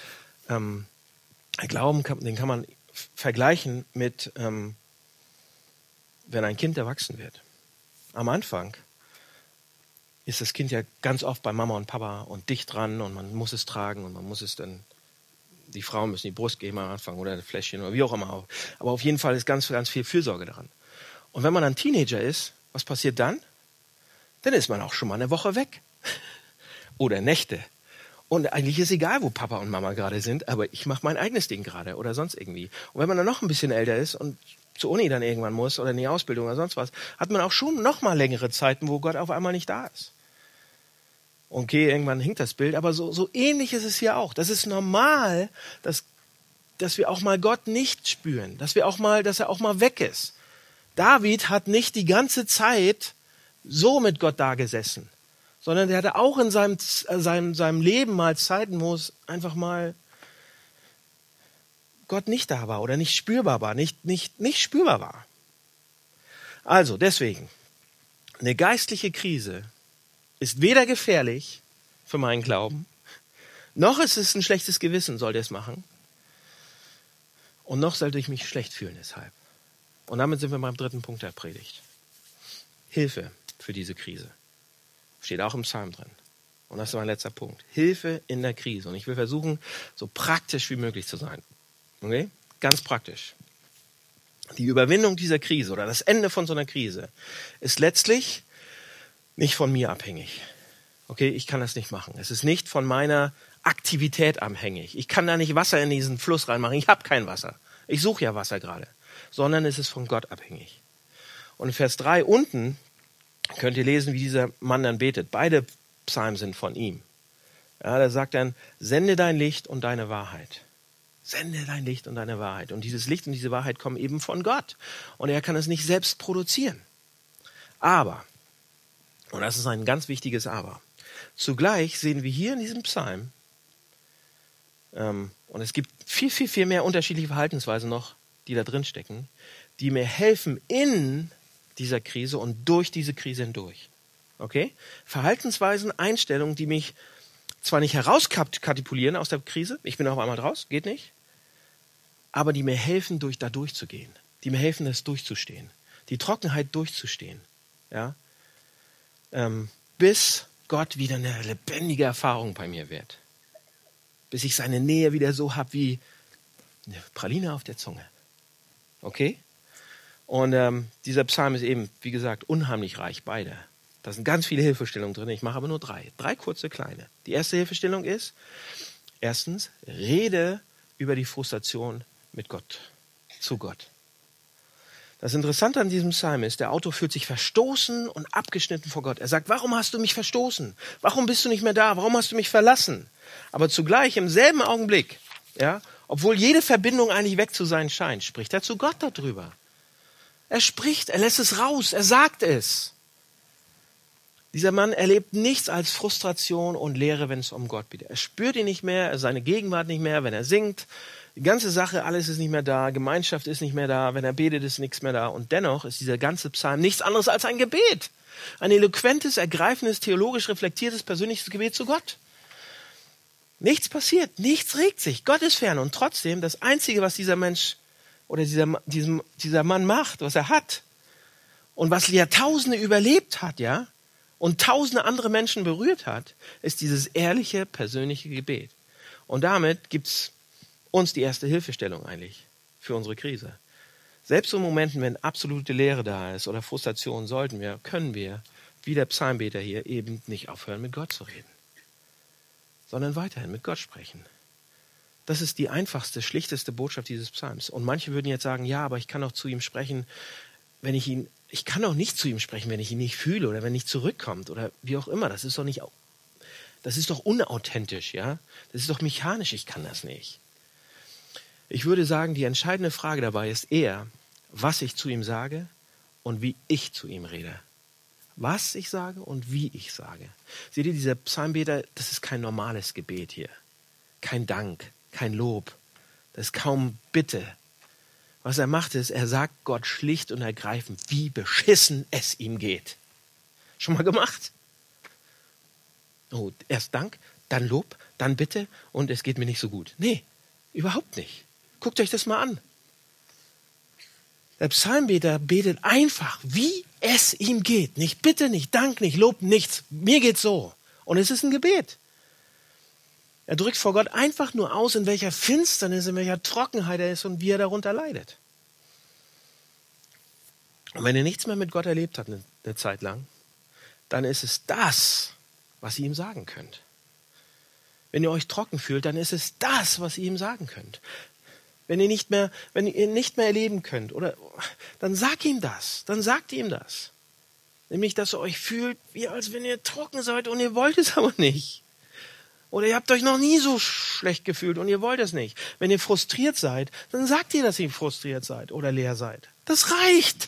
Glauben, den kann man vergleichen mit, wenn ein Kind erwachsen wird. Am Anfang ist das Kind ja ganz oft bei Mama und Papa und dicht dran und man muss es tragen und man muss es dann, die Frauen müssen die Brust geben am Anfang oder ein Fläschchen oder wie auch immer. Aber auf jeden Fall ist ganz, ganz viel Fürsorge daran. Und wenn man dann Teenager ist, was passiert dann? Dann ist man auch schon mal eine Woche weg. Oder Nächte. Und eigentlich ist egal, wo Papa und Mama gerade sind, aber ich mache mein eigenes Ding gerade oder sonst irgendwie. Und wenn man dann noch ein bisschen älter ist und zur Uni dann irgendwann muss oder in die Ausbildung oder sonst was, hat man auch schon noch mal längere Zeiten, wo Gott auf einmal nicht da ist. Okay, irgendwann hinkt das Bild, aber so ähnlich ist es hier auch. Das ist normal, dass wir auch mal Gott nicht spüren, dass er auch mal weg ist. David hat nicht die ganze Zeit so mit Gott da gesessen, sondern der hatte auch in seinem Leben mal Zeiten, wo es einfach mal Gott nicht da war oder nicht spürbar war, nicht spürbar war. Also deswegen, eine geistliche Krise ist weder gefährlich für meinen Glauben, noch ist es ein schlechtes Gewissen, soll das machen. Und noch sollte ich mich schlecht fühlen deshalb. Und damit sind wir beim 3. Punkt der Predigt. Hilfe für diese Krise. Steht auch im Psalm drin. Und das ist mein letzter Punkt. Hilfe in der Krise. Und ich will versuchen, so praktisch wie möglich zu sein. Okay? Ganz praktisch. Die Überwindung dieser Krise oder das Ende von so einer Krise ist letztlich nicht von mir abhängig. Okay, ich kann das nicht machen. Es ist nicht von meiner Aktivität abhängig. Ich kann da nicht Wasser in diesen Fluss reinmachen. Ich habe kein Wasser. Ich suche ja Wasser gerade. Sondern es ist von Gott abhängig. Und in Vers 3 unten könnt ihr lesen, wie dieser Mann dann betet. Beide Psalmen sind von ihm. Ja, da sagt dann, sende dein Licht und deine Wahrheit. Sende dein Licht und deine Wahrheit. Und dieses Licht und diese Wahrheit kommen eben von Gott. Und er kann es nicht selbst produzieren. Aber, und das ist ein ganz wichtiges Aber, zugleich sehen wir hier in diesem Psalm, und es gibt viel mehr unterschiedliche Verhaltensweisen noch, die da drin stecken, die mir helfen in dieser Krise und durch diese Krise hindurch. Okay? Verhaltensweisen, Einstellungen, die mich zwar nicht herauskatapultieren aus der Krise, ich bin auf einmal raus, geht nicht, aber die mir helfen, da durchzugehen. Die mir helfen, das durchzustehen. Die Trockenheit durchzustehen. Ja? Bis Gott wieder eine lebendige Erfahrung bei mir wird. Bis ich seine Nähe wieder so habe wie eine Praline auf der Zunge. Okay? Und dieser Psalm ist eben, wie gesagt, unheimlich reich, beide. Da sind ganz viele Hilfestellungen drin. Ich mache aber nur 3. 3 kurze, kleine. Die erste Hilfestellung ist, erstens, rede über die Frustration mit Gott, zu Gott. Das Interessante an diesem Psalm ist, der Autor fühlt sich verstoßen und abgeschnitten vor Gott. Er sagt, warum hast du mich verstoßen? Warum bist du nicht mehr da? Warum hast du mich verlassen? Aber zugleich im selben Augenblick, ja, obwohl jede Verbindung eigentlich weg zu sein scheint, spricht er zu Gott darüber. Er spricht, er lässt es raus, er sagt es. Dieser Mann erlebt nichts als Frustration und Leere, wenn es um Gott geht. Er spürt ihn nicht mehr, seine Gegenwart nicht mehr, wenn er singt. Die ganze Sache, alles ist nicht mehr da, Gemeinschaft ist nicht mehr da, wenn er betet, ist nichts mehr da. Und dennoch ist dieser ganze Psalm nichts anderes als ein Gebet. Ein eloquentes, ergreifendes, theologisch reflektiertes, persönliches Gebet zu Gott. Nichts passiert, nichts regt sich, Gott ist fern. Und trotzdem, das Einzige, was dieser Mensch oder dieser Mann macht, was er hat und was Jahrtausende überlebt hat, ja, und tausende andere Menschen berührt hat, ist dieses ehrliche, persönliche Gebet. Und damit gibt's uns die erste Hilfestellung eigentlich für unsere Krise. Selbst in Momenten, wenn absolute Leere da ist oder Frustration, können wir, wie der Psalmbeter hier, eben nicht aufhören, mit Gott zu reden, sondern weiterhin mit Gott sprechen. Das ist die einfachste, schlichteste Botschaft dieses Psalms. Und manche würden jetzt sagen, ja, aber ich kann auch zu ihm sprechen, ich kann auch nicht zu ihm sprechen, wenn ich ihn nicht fühle oder wenn er nicht zurückkommt oder wie auch immer. Das ist doch unauthentisch, ja? Das ist doch mechanisch, ich kann das nicht. Ich würde sagen, die entscheidende Frage dabei ist eher, was ich zu ihm sage und wie ich zu ihm rede. Was ich sage und wie ich sage. Seht ihr, dieser Psalmbeter, das ist kein normales Gebet hier. Kein Dank, kein Lob. Das ist kaum Bitte. Was er macht ist, er sagt Gott schlicht und ergreifend, wie beschissen es ihm geht. Schon mal gemacht? Oh, erst Dank, dann Lob, dann Bitte und es geht mir nicht so gut. Nee, überhaupt nicht. Guckt euch das mal an. Der Psalmbeter betet einfach, wie es ihm geht. Nicht Bitte, nicht Dank, nicht Lob, nichts. Mir geht's so. Und es ist ein Gebet. Er drückt vor Gott einfach nur aus, in welcher Finsternis, in welcher Trockenheit er ist und wie er darunter leidet. Und wenn ihr nichts mehr mit Gott erlebt habt eine Zeit lang, dann ist es das, was ihr ihm sagen könnt. Wenn ihr euch trocken fühlt, dann ist es das, was ihr ihm sagen könnt. Wenn ihr nicht mehr erleben könnt, dann sagt ihm das. Nämlich, dass ihr euch fühlt, wie als wenn ihr trocken seid und ihr wollt es aber nicht. Oder ihr habt euch noch nie so schlecht gefühlt und ihr wollt es nicht. Wenn ihr frustriert seid, dann sagt ihr, dass ihr frustriert seid oder leer seid. Das reicht.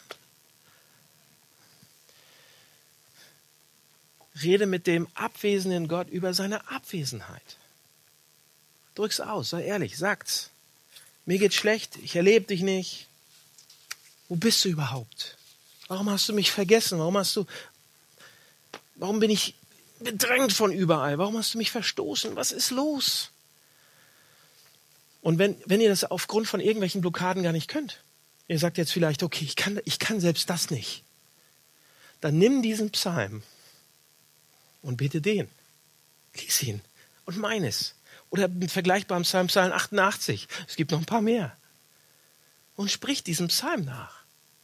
Rede mit dem abwesenden Gott über seine Abwesenheit. Drück's aus, sei ehrlich, sagt's. Mir geht's schlecht, ich erlebe dich nicht. Wo bist du überhaupt? Warum hast du mich vergessen? Warum bin ich bedrängt von überall? Warum hast du mich verstoßen? Was ist los? Und wenn ihr das aufgrund von irgendwelchen Blockaden gar nicht könnt, ihr sagt jetzt vielleicht, okay, ich kann selbst das nicht, dann nimm diesen Psalm und bete den. Lies ihn und meines. Oder einen vergleichbaren Psalm 88. Es gibt noch ein paar mehr. Und sprich diesem Psalm nach.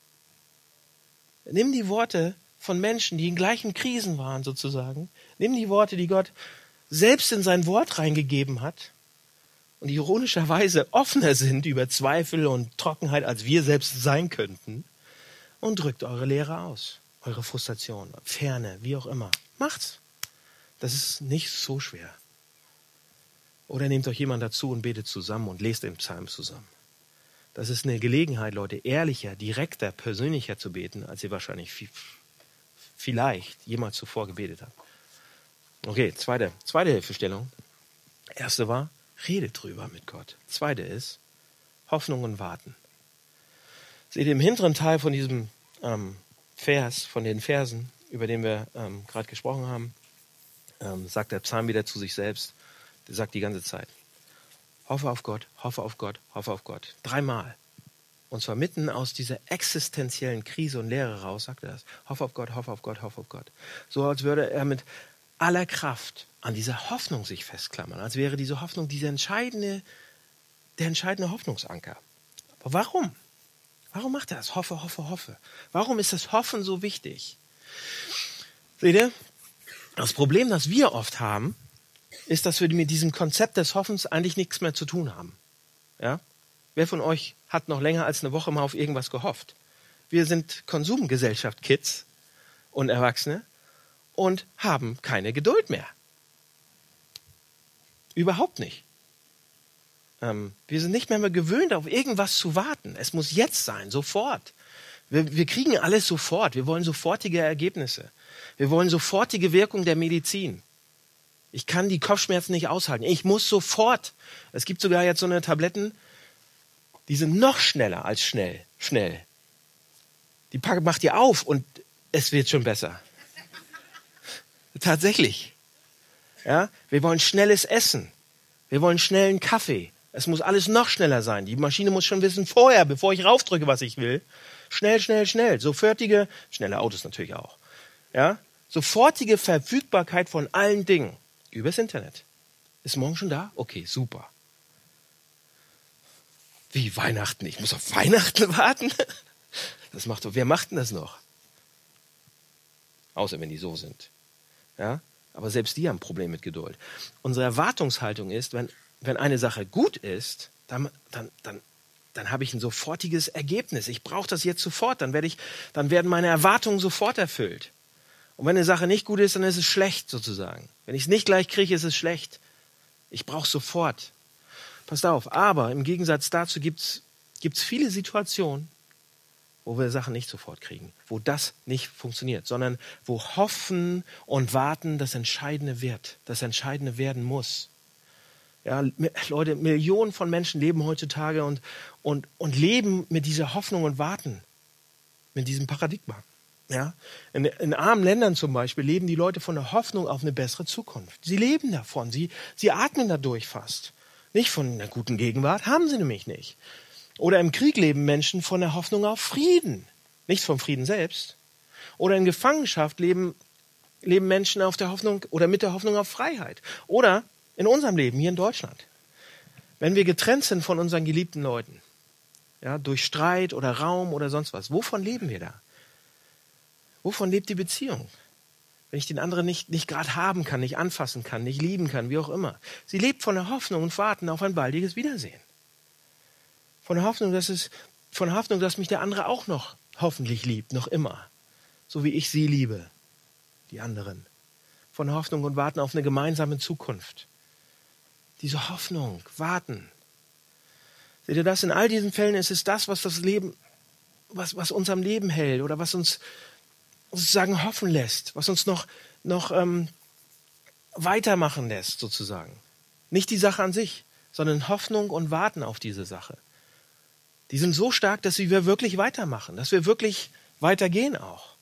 Nimm die Worte von Menschen, die in gleichen Krisen waren sozusagen. Nimm die Worte, die Gott selbst in sein Wort reingegeben hat und die ironischerweise offener sind über Zweifel und Trockenheit, als wir selbst sein könnten, und drückt eure Leere aus, eure Frustration, Ferne, wie auch immer. Macht's. Das ist nicht so schwer. Oder nehmt euch jemand dazu und betet zusammen und lest den Psalm zusammen. Das ist eine Gelegenheit, Leute, ehrlicher, direkter, persönlicher zu beten, als ihr wahrscheinlich vielleicht jemals zuvor gebetet habt. Okay, zweite Hilfestellung. Erste war, redet drüber mit Gott. Zweite ist, Hoffnung und Warten. Seht ihr, im hinteren Teil von diesem Vers, von den Versen, über den wir gerade gesprochen haben, sagt der Psalm wieder zu sich selbst, der sagt die ganze Zeit, hoffe auf Gott, hoffe auf Gott, hoffe auf Gott. 3-mal. Und zwar mitten aus dieser existenziellen Krise und Leere raus, sagt er das. Hoffe auf Gott, hoffe auf Gott, hoffe auf Gott. So als würde er mit aller Kraft an dieser Hoffnung sich festklammern. Als wäre diese Hoffnung der entscheidende Hoffnungsanker. Aber warum? Warum macht er das? Hoffe, hoffe, hoffe. Warum ist das Hoffen so wichtig? Seht ihr? Das Problem, das wir oft haben, ist, dass wir mit diesem Konzept des Hoffens eigentlich nichts mehr zu tun haben. Ja? Wer von euch hat noch länger als eine Woche mal auf irgendwas gehofft? Wir sind Konsumgesellschaft, Kids und Erwachsene, und haben keine Geduld mehr. Überhaupt nicht. Wir sind nicht mehr gewöhnt, auf irgendwas zu warten. Es muss jetzt sein, sofort. Wir kriegen alles sofort. Wir wollen sofortige Ergebnisse. Wir wollen sofortige Wirkung der Medizin. Ich kann die Kopfschmerzen nicht aushalten. Ich muss sofort. Es gibt sogar jetzt so eine Tabletten, die sind noch schneller als schnell. Die macht ihr auf und es wird schon besser. Tatsächlich. Ja? Wir wollen schnelles Essen. Wir wollen schnellen Kaffee. Es muss alles noch schneller sein. Die Maschine muss schon wissen vorher, bevor ich raufdrücke, was ich will. Schnell, schnell, schnell. Schnelle Autos natürlich auch. Ja? Sofortige Verfügbarkeit von allen Dingen. Übers Internet. Ist morgen schon da? Okay, super. Wie Weihnachten? Ich muss auf Weihnachten warten? Wer macht denn das noch? Außer wenn die so sind. Ja? Aber selbst die haben ein Problem mit Geduld. Unsere Erwartungshaltung ist, wenn eine Sache gut ist, dann habe ich ein sofortiges Ergebnis. Ich brauche das jetzt sofort. Dann werden meine Erwartungen sofort erfüllt. Und wenn eine Sache nicht gut ist, dann ist es schlecht sozusagen. Wenn ich es nicht gleich kriege, ist es schlecht. Ich brauche sofort. Passt auf. Aber im Gegensatz dazu gibt's viele Situationen, wo wir Sachen nicht sofort kriegen, wo das nicht funktioniert, sondern wo Hoffen und Warten das Entscheidende wird, das Entscheidende werden muss. Ja, Leute, Millionen von Menschen leben heutzutage und leben mit dieser Hoffnung und Warten, mit diesem Paradigma. Ja? In armen Ländern zum Beispiel leben die Leute von der Hoffnung auf eine bessere Zukunft. Sie leben davon, sie atmen dadurch fast. Nicht von einer guten Gegenwart, haben sie nämlich nicht. Oder im Krieg leben Menschen von der Hoffnung auf Frieden, nicht vom Frieden selbst. Oder in Gefangenschaft leben Menschen auf der Hoffnung oder mit der Hoffnung auf Freiheit. Oder in unserem Leben hier in Deutschland. Wenn wir getrennt sind von unseren geliebten Leuten, ja, durch Streit oder Raum oder sonst was, wovon leben wir da? Wovon lebt die Beziehung? Wenn ich den anderen nicht gerade haben kann, nicht anfassen kann, nicht lieben kann, wie auch immer. Sie lebt von der Hoffnung und Warten auf ein baldiges Wiedersehen. Von der Hoffnung, dass mich der andere auch noch hoffentlich liebt, noch immer. So wie ich sie liebe, die anderen. Von der Hoffnung und Warten auf eine gemeinsame Zukunft. Diese Hoffnung, Warten. Seht ihr das? In all diesen Fällen ist es das, was das Leben, was uns am Leben hält oder was uns sozusagen hoffen lässt, was uns noch weitermachen lässt, sozusagen. Nicht die Sache an sich, sondern Hoffnung und Warten auf diese Sache. Die sind so stark, dass wir wirklich weitermachen, dass wir wirklich weitergehen auch.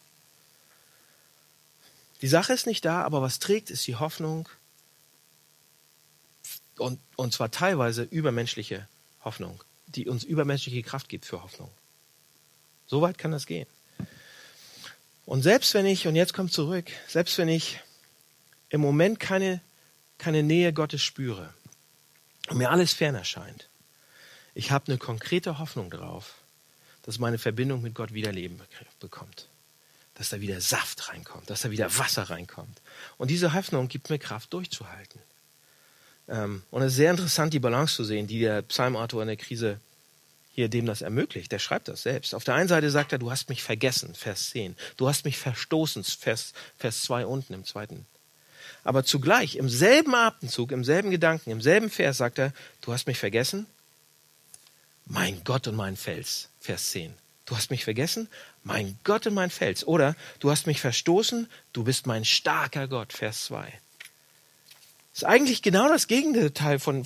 Die Sache ist nicht da, aber was trägt, ist die Hoffnung Und zwar teilweise übermenschliche Hoffnung, die uns übermenschliche Kraft gibt für Hoffnung. So weit kann das gehen. Und selbst wenn ich, und jetzt kommt zurück, selbst wenn ich im Moment keine Nähe Gottes spüre und mir alles fern erscheint, ich habe eine konkrete Hoffnung darauf, dass meine Verbindung mit Gott wieder Leben bekommt. Dass da wieder Saft reinkommt, dass da wieder Wasser reinkommt. Und diese Hoffnung gibt mir Kraft, durchzuhalten. Und es ist sehr interessant, die Balance zu sehen, die der Psalmautor in der Krise hier dem das ermöglicht. Der schreibt das selbst. Auf der einen Seite sagt er, du hast mich vergessen, Vers 10. Du hast mich verstoßen, Vers 2 unten im zweiten. Aber zugleich, im selben Atemzug, im selben Gedanken, im selben Vers sagt er, du hast mich vergessen, mein Gott und mein Fels, Vers 10. Du hast mich vergessen, mein Gott und mein Fels. Oder du hast mich verstoßen, du bist mein starker Gott, Vers 2. Das ist eigentlich genau das Gegenteil von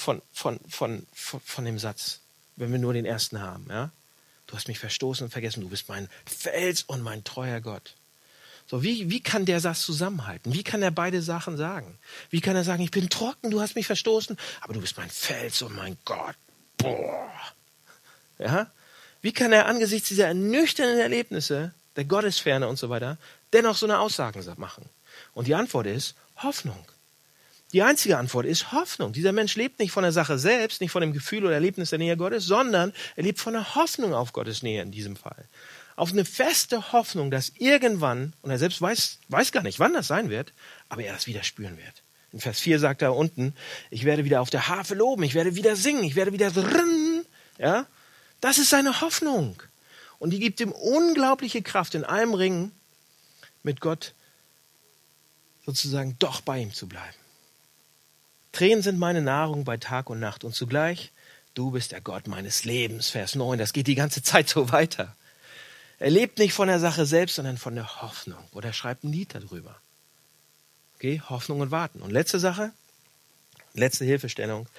dem Satz, wenn wir nur den ersten haben. Ja? Du hast mich verstoßen und vergessen, du bist mein Fels und mein treuer Gott. So, wie kann der Satz zusammenhalten? Wie kann er beide Sachen sagen? Wie kann er sagen, ich bin trocken, du hast mich verstoßen, aber du bist mein Fels und mein Gott. Boah. Ja? Wie kann er angesichts dieser ernüchternden Erlebnisse, der Gottesferne und so weiter, dennoch so eine Aussage machen? Und die Antwort ist Hoffnung. Die einzige Antwort ist Hoffnung. Dieser Mensch lebt nicht von der Sache selbst, nicht von dem Gefühl oder Erlebnis der Nähe Gottes, sondern er lebt von der Hoffnung auf Gottes Nähe in diesem Fall. Auf eine feste Hoffnung, dass irgendwann, und er selbst weiß gar nicht, wann das sein wird, aber er das wieder spüren wird. In Vers 4 sagt er unten, ich werde wieder auf der Harfe loben, ich werde wieder singen, ich werde wieder drin. Ja? Das ist seine Hoffnung. Und die gibt ihm unglaubliche Kraft, in allem Ringen mit Gott sozusagen doch bei ihm zu bleiben. Tränen sind meine Nahrung bei Tag und Nacht und zugleich, du bist der Gott meines Lebens, Vers 9, das geht die ganze Zeit so weiter. Er lebt nicht von der Sache selbst, sondern von der Hoffnung. Oder er schreibt ein Lied darüber. Okay, Hoffnung und Warten. Und letzte Sache, letzte Hilfestellung.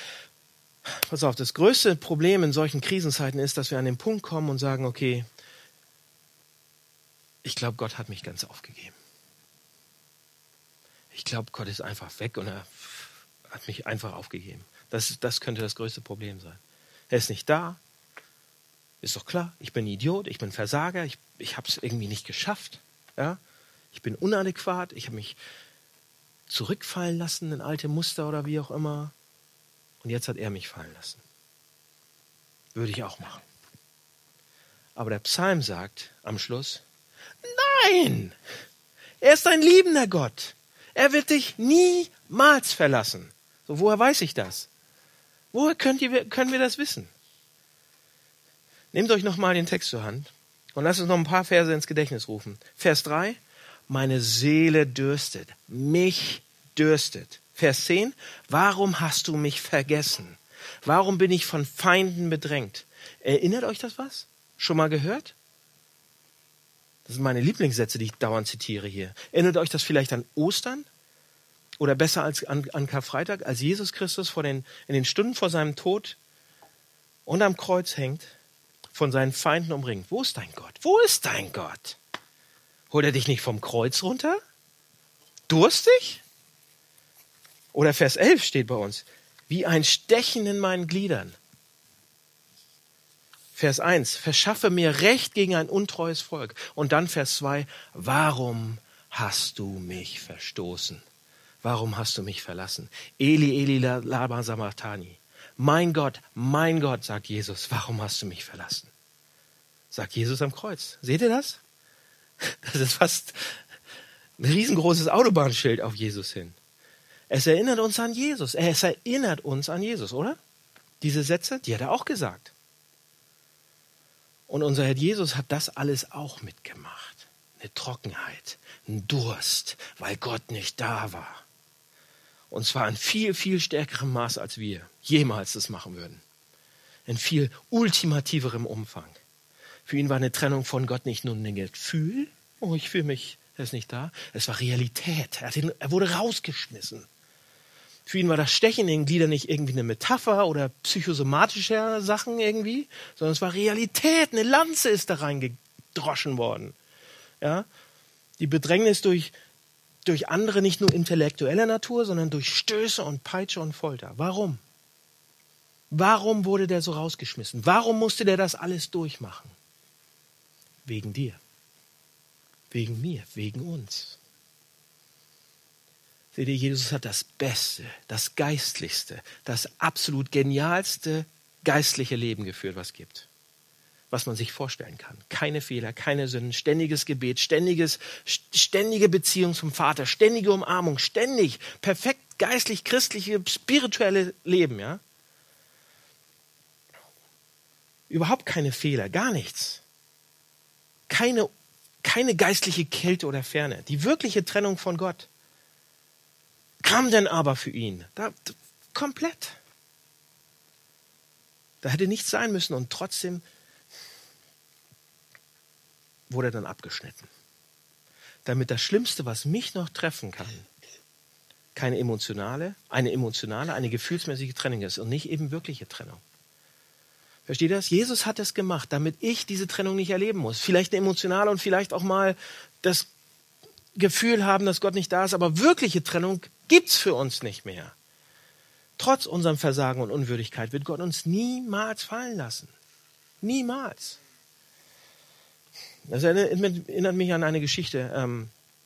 Pass auf, das größte Problem in solchen Krisenzeiten ist, dass wir an den Punkt kommen und sagen, okay, ich glaube, Gott hat mich ganz aufgegeben. Ich glaube, Gott ist einfach weg und er hat mich einfach aufgegeben. Das könnte das größte Problem sein. Er ist nicht da. Ist doch klar, ich bin Idiot, ich bin Versager, ich habe es irgendwie nicht geschafft. Ja? Ich bin unadäquat, ich habe mich zurückfallen lassen in alte Muster oder wie auch immer. Und jetzt hat er mich fallen lassen. Würde ich auch machen. Aber der Psalm sagt am Schluss, nein, er ist ein liebender Gott. Er wird dich niemals verlassen. So, woher weiß ich das? Woher können wir das wissen? Nehmt euch nochmal den Text zur Hand und lasst uns noch ein paar Verse ins Gedächtnis rufen. Vers 3, meine Seele dürstet, mich dürstet. Vers 10, warum hast du mich vergessen? Warum bin ich von Feinden bedrängt? Erinnert euch das was? Schon mal gehört? Das sind meine Lieblingssätze, die ich dauernd zitiere hier. Erinnert euch das vielleicht an Ostern? Oder besser als an Karfreitag, als Jesus Christus in den Stunden vor seinem Tod und am Kreuz hängt, von seinen Feinden umringt. Wo ist dein Gott? Wo ist dein Gott? Holt er dich nicht vom Kreuz runter? Durstig? Oder Vers 11 steht bei uns, wie ein Stechen in meinen Gliedern. Vers 1, verschaffe mir Recht gegen ein untreues Volk. Und dann Vers 2, warum hast du mich verstoßen? Warum hast du mich verlassen? Eli, Eli, lama sabachthani. Mein Gott, sagt Jesus, warum hast du mich verlassen? Sagt Jesus am Kreuz. Seht ihr das? Das ist fast ein riesengroßes Autobahnschild auf Jesus hin. Es erinnert uns an Jesus. Es erinnert uns an Jesus, oder? Diese Sätze, die hat er auch gesagt. Und unser Herr Jesus hat das alles auch mitgemacht. Eine Trockenheit, ein Durst, weil Gott nicht da war. Und zwar in viel, viel stärkerem Maß, als wir jemals das machen würden. In viel ultimativerem Umfang. Für ihn war eine Trennung von Gott nicht nur ein Gefühl, oh, ich fühle mich, er ist nicht da. Es war Realität. Er wurde rausgeschmissen. Für ihn war das Stechen in den Gliedern nicht irgendwie eine Metapher oder psychosomatische Sachen irgendwie, sondern es war Realität. Eine Lanze ist da reingedroschen worden. Ja? Die Bedrängnis durch durch andere nicht nur intellektueller Natur, sondern durch Stöße und Peitsche und Folter. Warum? Warum wurde der so rausgeschmissen? Warum musste der das alles durchmachen? Wegen dir. Wegen mir, wegen uns. Seht ihr, Jesus hat das Beste, das Geistlichste, das absolut genialste geistliche Leben geführt, was es gibt. Was man sich vorstellen kann. Keine Fehler, keine Sünden, ständiges Gebet, ständige Beziehung zum Vater, ständige Umarmung, ständig, perfekt geistlich, christliche, spirituelle Leben, ja? Überhaupt keine Fehler, gar nichts. Keine geistliche Kälte oder Ferne. Die wirkliche Trennung von Gott kam denn aber für ihn. Komplett. Da hätte nichts sein müssen und trotzdem wurde er dann abgeschnitten. Damit das Schlimmste, was mich noch treffen kann, eine emotionale, eine gefühlsmäßige Trennung ist und nicht eben wirkliche Trennung. Versteht ihr das? Jesus hat es gemacht, damit ich diese Trennung nicht erleben muss. Vielleicht eine emotionale und vielleicht auch mal das Gefühl haben, dass Gott nicht da ist, aber wirkliche Trennung gibt's für uns nicht mehr. Trotz unserem Versagen und Unwürdigkeit wird Gott uns niemals fallen lassen. Niemals. Das erinnert mich an eine Geschichte.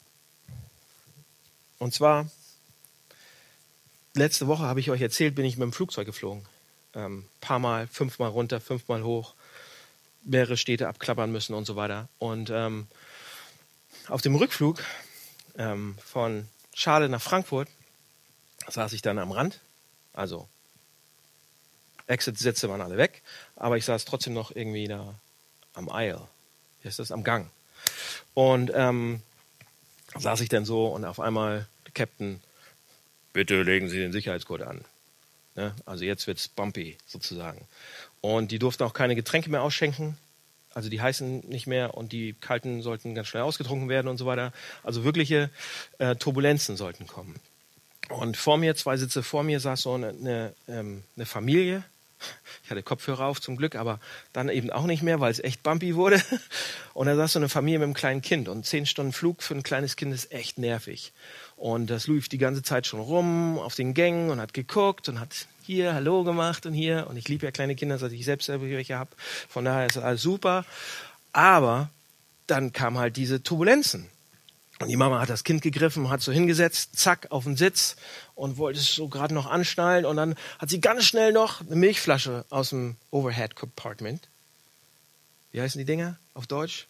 Und zwar, letzte Woche habe ich euch erzählt, bin ich mit dem Flugzeug geflogen. Paar Mal, 5-mal runter, 5-mal hoch, mehrere Städte abklappern müssen und so weiter. Und auf dem Rückflug von Schale nach Frankfurt saß ich dann am Rand. Also Exit-Sitze waren alle weg, aber ich saß trotzdem noch irgendwie da am Aisle. Wie heißt das? Am Gang. Und saß ich dann so und auf einmal der Captain, bitte legen Sie den Sicherheitsgurt an. Ne? Also jetzt wird's bumpy sozusagen. Und die durften auch keine Getränke mehr ausschenken. Also die heißen nicht mehr und die kalten sollten ganz schnell ausgetrunken werden und so weiter. Also wirkliche Turbulenzen sollten kommen. Und vor mir, 2 Sitze vor mir, saß so eine Familie. Ich hatte Kopfhörer auf zum Glück, aber dann eben auch nicht mehr, weil es echt bumpy wurde. Und da saß so eine Familie mit einem kleinen Kind. Und 10 Stunden Flug für ein kleines Kind ist echt nervig. Und das lief die ganze Zeit schon rum auf den Gängen und hat geguckt und hat hier Hallo gemacht und hier. Und ich liebe ja kleine Kinder, seit ich selbst selber welche habe. Von daher ist alles super. Aber dann kamen halt diese Turbulenzen. Und die Mama hat das Kind gegriffen, hat so hingesetzt, zack, auf den Sitz und wollte es so gerade noch anschnallen. Und dann hat sie ganz schnell noch eine Milchflasche aus dem Overhead Compartment. Wie heißen die Dinger auf Deutsch?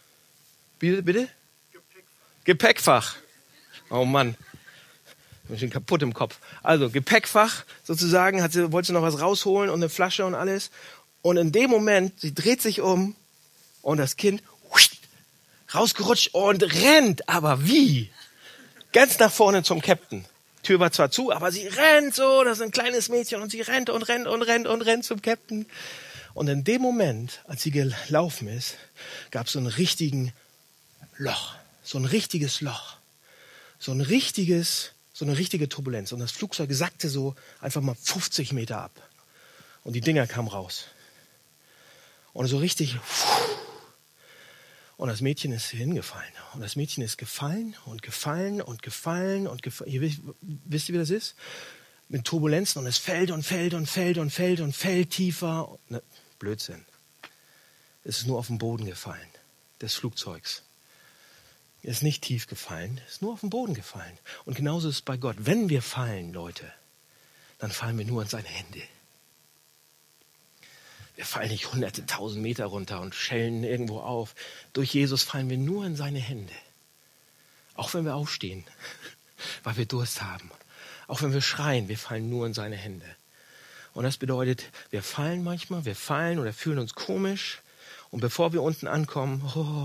Bitte? Gepäckfach. Oh Mann, ich bin schon kaputt im Kopf. Also Gepäckfach sozusagen, wollte sie noch was rausholen und eine Flasche und alles. Und in dem Moment, sie dreht sich um und das Kind rausgerutscht und rennt. Aber wie? Ganz nach vorne zum Captain. Tür war zwar zu, aber sie rennt so. Das ist ein kleines Mädchen und sie rennt und rennt und rennt und rennt zum Captain. Und in dem Moment, als sie gelaufen ist, gab es so einen richtigen Loch. So ein richtiges Loch. So eine richtige Turbulenz. Und das Flugzeug sackte so einfach mal 50 Meter ab. Und die Dinger kamen raus. Und so richtig. Und das Mädchen ist hingefallen. Und das Mädchen ist gefallen und gefallen und gefallen und gefallen. Wisst ihr, wie das ist? Mit Turbulenzen. Und es fällt und fällt und fällt und fällt und fällt tiefer. Ne, Blödsinn. Es ist nur auf den Boden gefallen. Des Flugzeugs. Es ist nicht tief gefallen, es ist nur auf den Boden gefallen. Und genauso ist es bei Gott. Wenn wir fallen, Leute, dann fallen wir nur in seine Hände. Wir fallen nicht hunderte, 1000 Meter runter und schellen irgendwo auf. Durch Jesus fallen wir nur in seine Hände. Auch wenn wir aufstehen, weil wir Durst haben. Auch wenn wir schreien, wir fallen nur in seine Hände. Und das bedeutet, wir fallen manchmal, wir fallen oder fühlen uns komisch. Und bevor wir unten ankommen,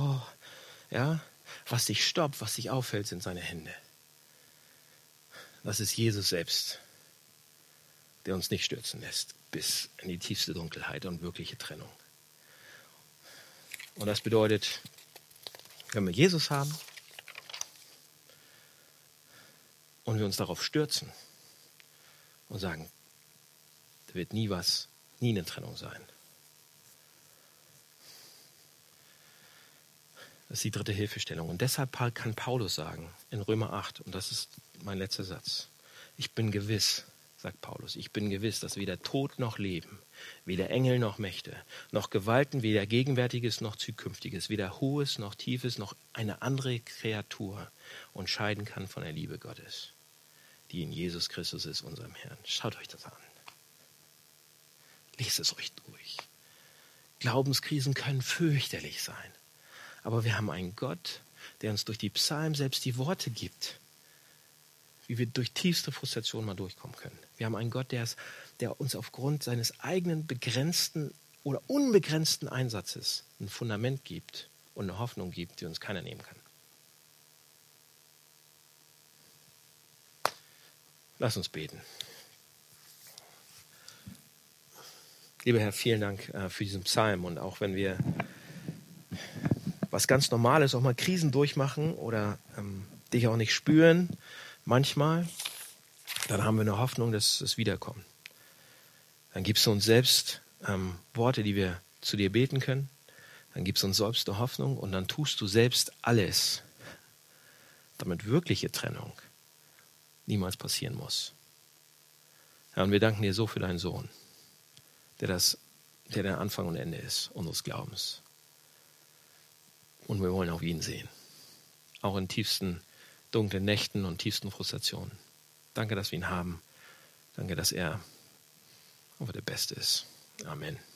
was dich stoppt, was dich auffällt, sind seine Hände. Das ist Jesus selbst, der uns nicht stürzen lässt, bis in die tiefste Dunkelheit und wirkliche Trennung. Und das bedeutet, wenn wir Jesus haben und wir uns darauf stürzen und sagen, da wird nie eine Trennung sein. Das ist die dritte Hilfestellung. Und deshalb kann Paulus sagen, in Römer 8, und das ist mein letzter Satz, ich bin gewiss, sagt Paulus, ich bin gewiss, dass weder Tod noch Leben, weder Engel noch Mächte, noch Gewalten, weder Gegenwärtiges noch Zukünftiges, weder Hohes noch Tiefes, noch eine andere Kreatur uns scheiden kann von der Liebe Gottes, die in Jesus Christus ist, unserem Herrn. Schaut euch das an. Lest es euch durch. Glaubenskrisen können fürchterlich sein. Aber wir haben einen Gott, der uns durch die Psalmen selbst die Worte gibt, wie wir durch tiefste Frustration mal durchkommen können. Wir haben einen Gott, der uns aufgrund seines eigenen begrenzten oder unbegrenzten Einsatzes ein Fundament gibt und eine Hoffnung gibt, die uns keiner nehmen kann. Lass uns beten. Lieber Herr, vielen Dank für diesen Psalm. Und auch wenn wir was ganz Normales, auch mal Krisen durchmachen oder dich auch nicht spüren, manchmal, dann haben wir eine Hoffnung, dass es wiederkommt. Dann gibst du uns selbst Worte, die wir zu dir beten können. Dann gibst du uns selbst eine Hoffnung und dann tust du selbst alles, damit wirkliche Trennung niemals passieren muss. Ja, und wir danken dir so für deinen Sohn, der Anfang und Ende ist unseres Glaubens. Und wir wollen auf ihn sehen. Auch in tiefsten dunklen Nächten und tiefsten Frustrationen. Danke, dass wir ihn haben. Danke, dass er einfach der Beste ist. Amen.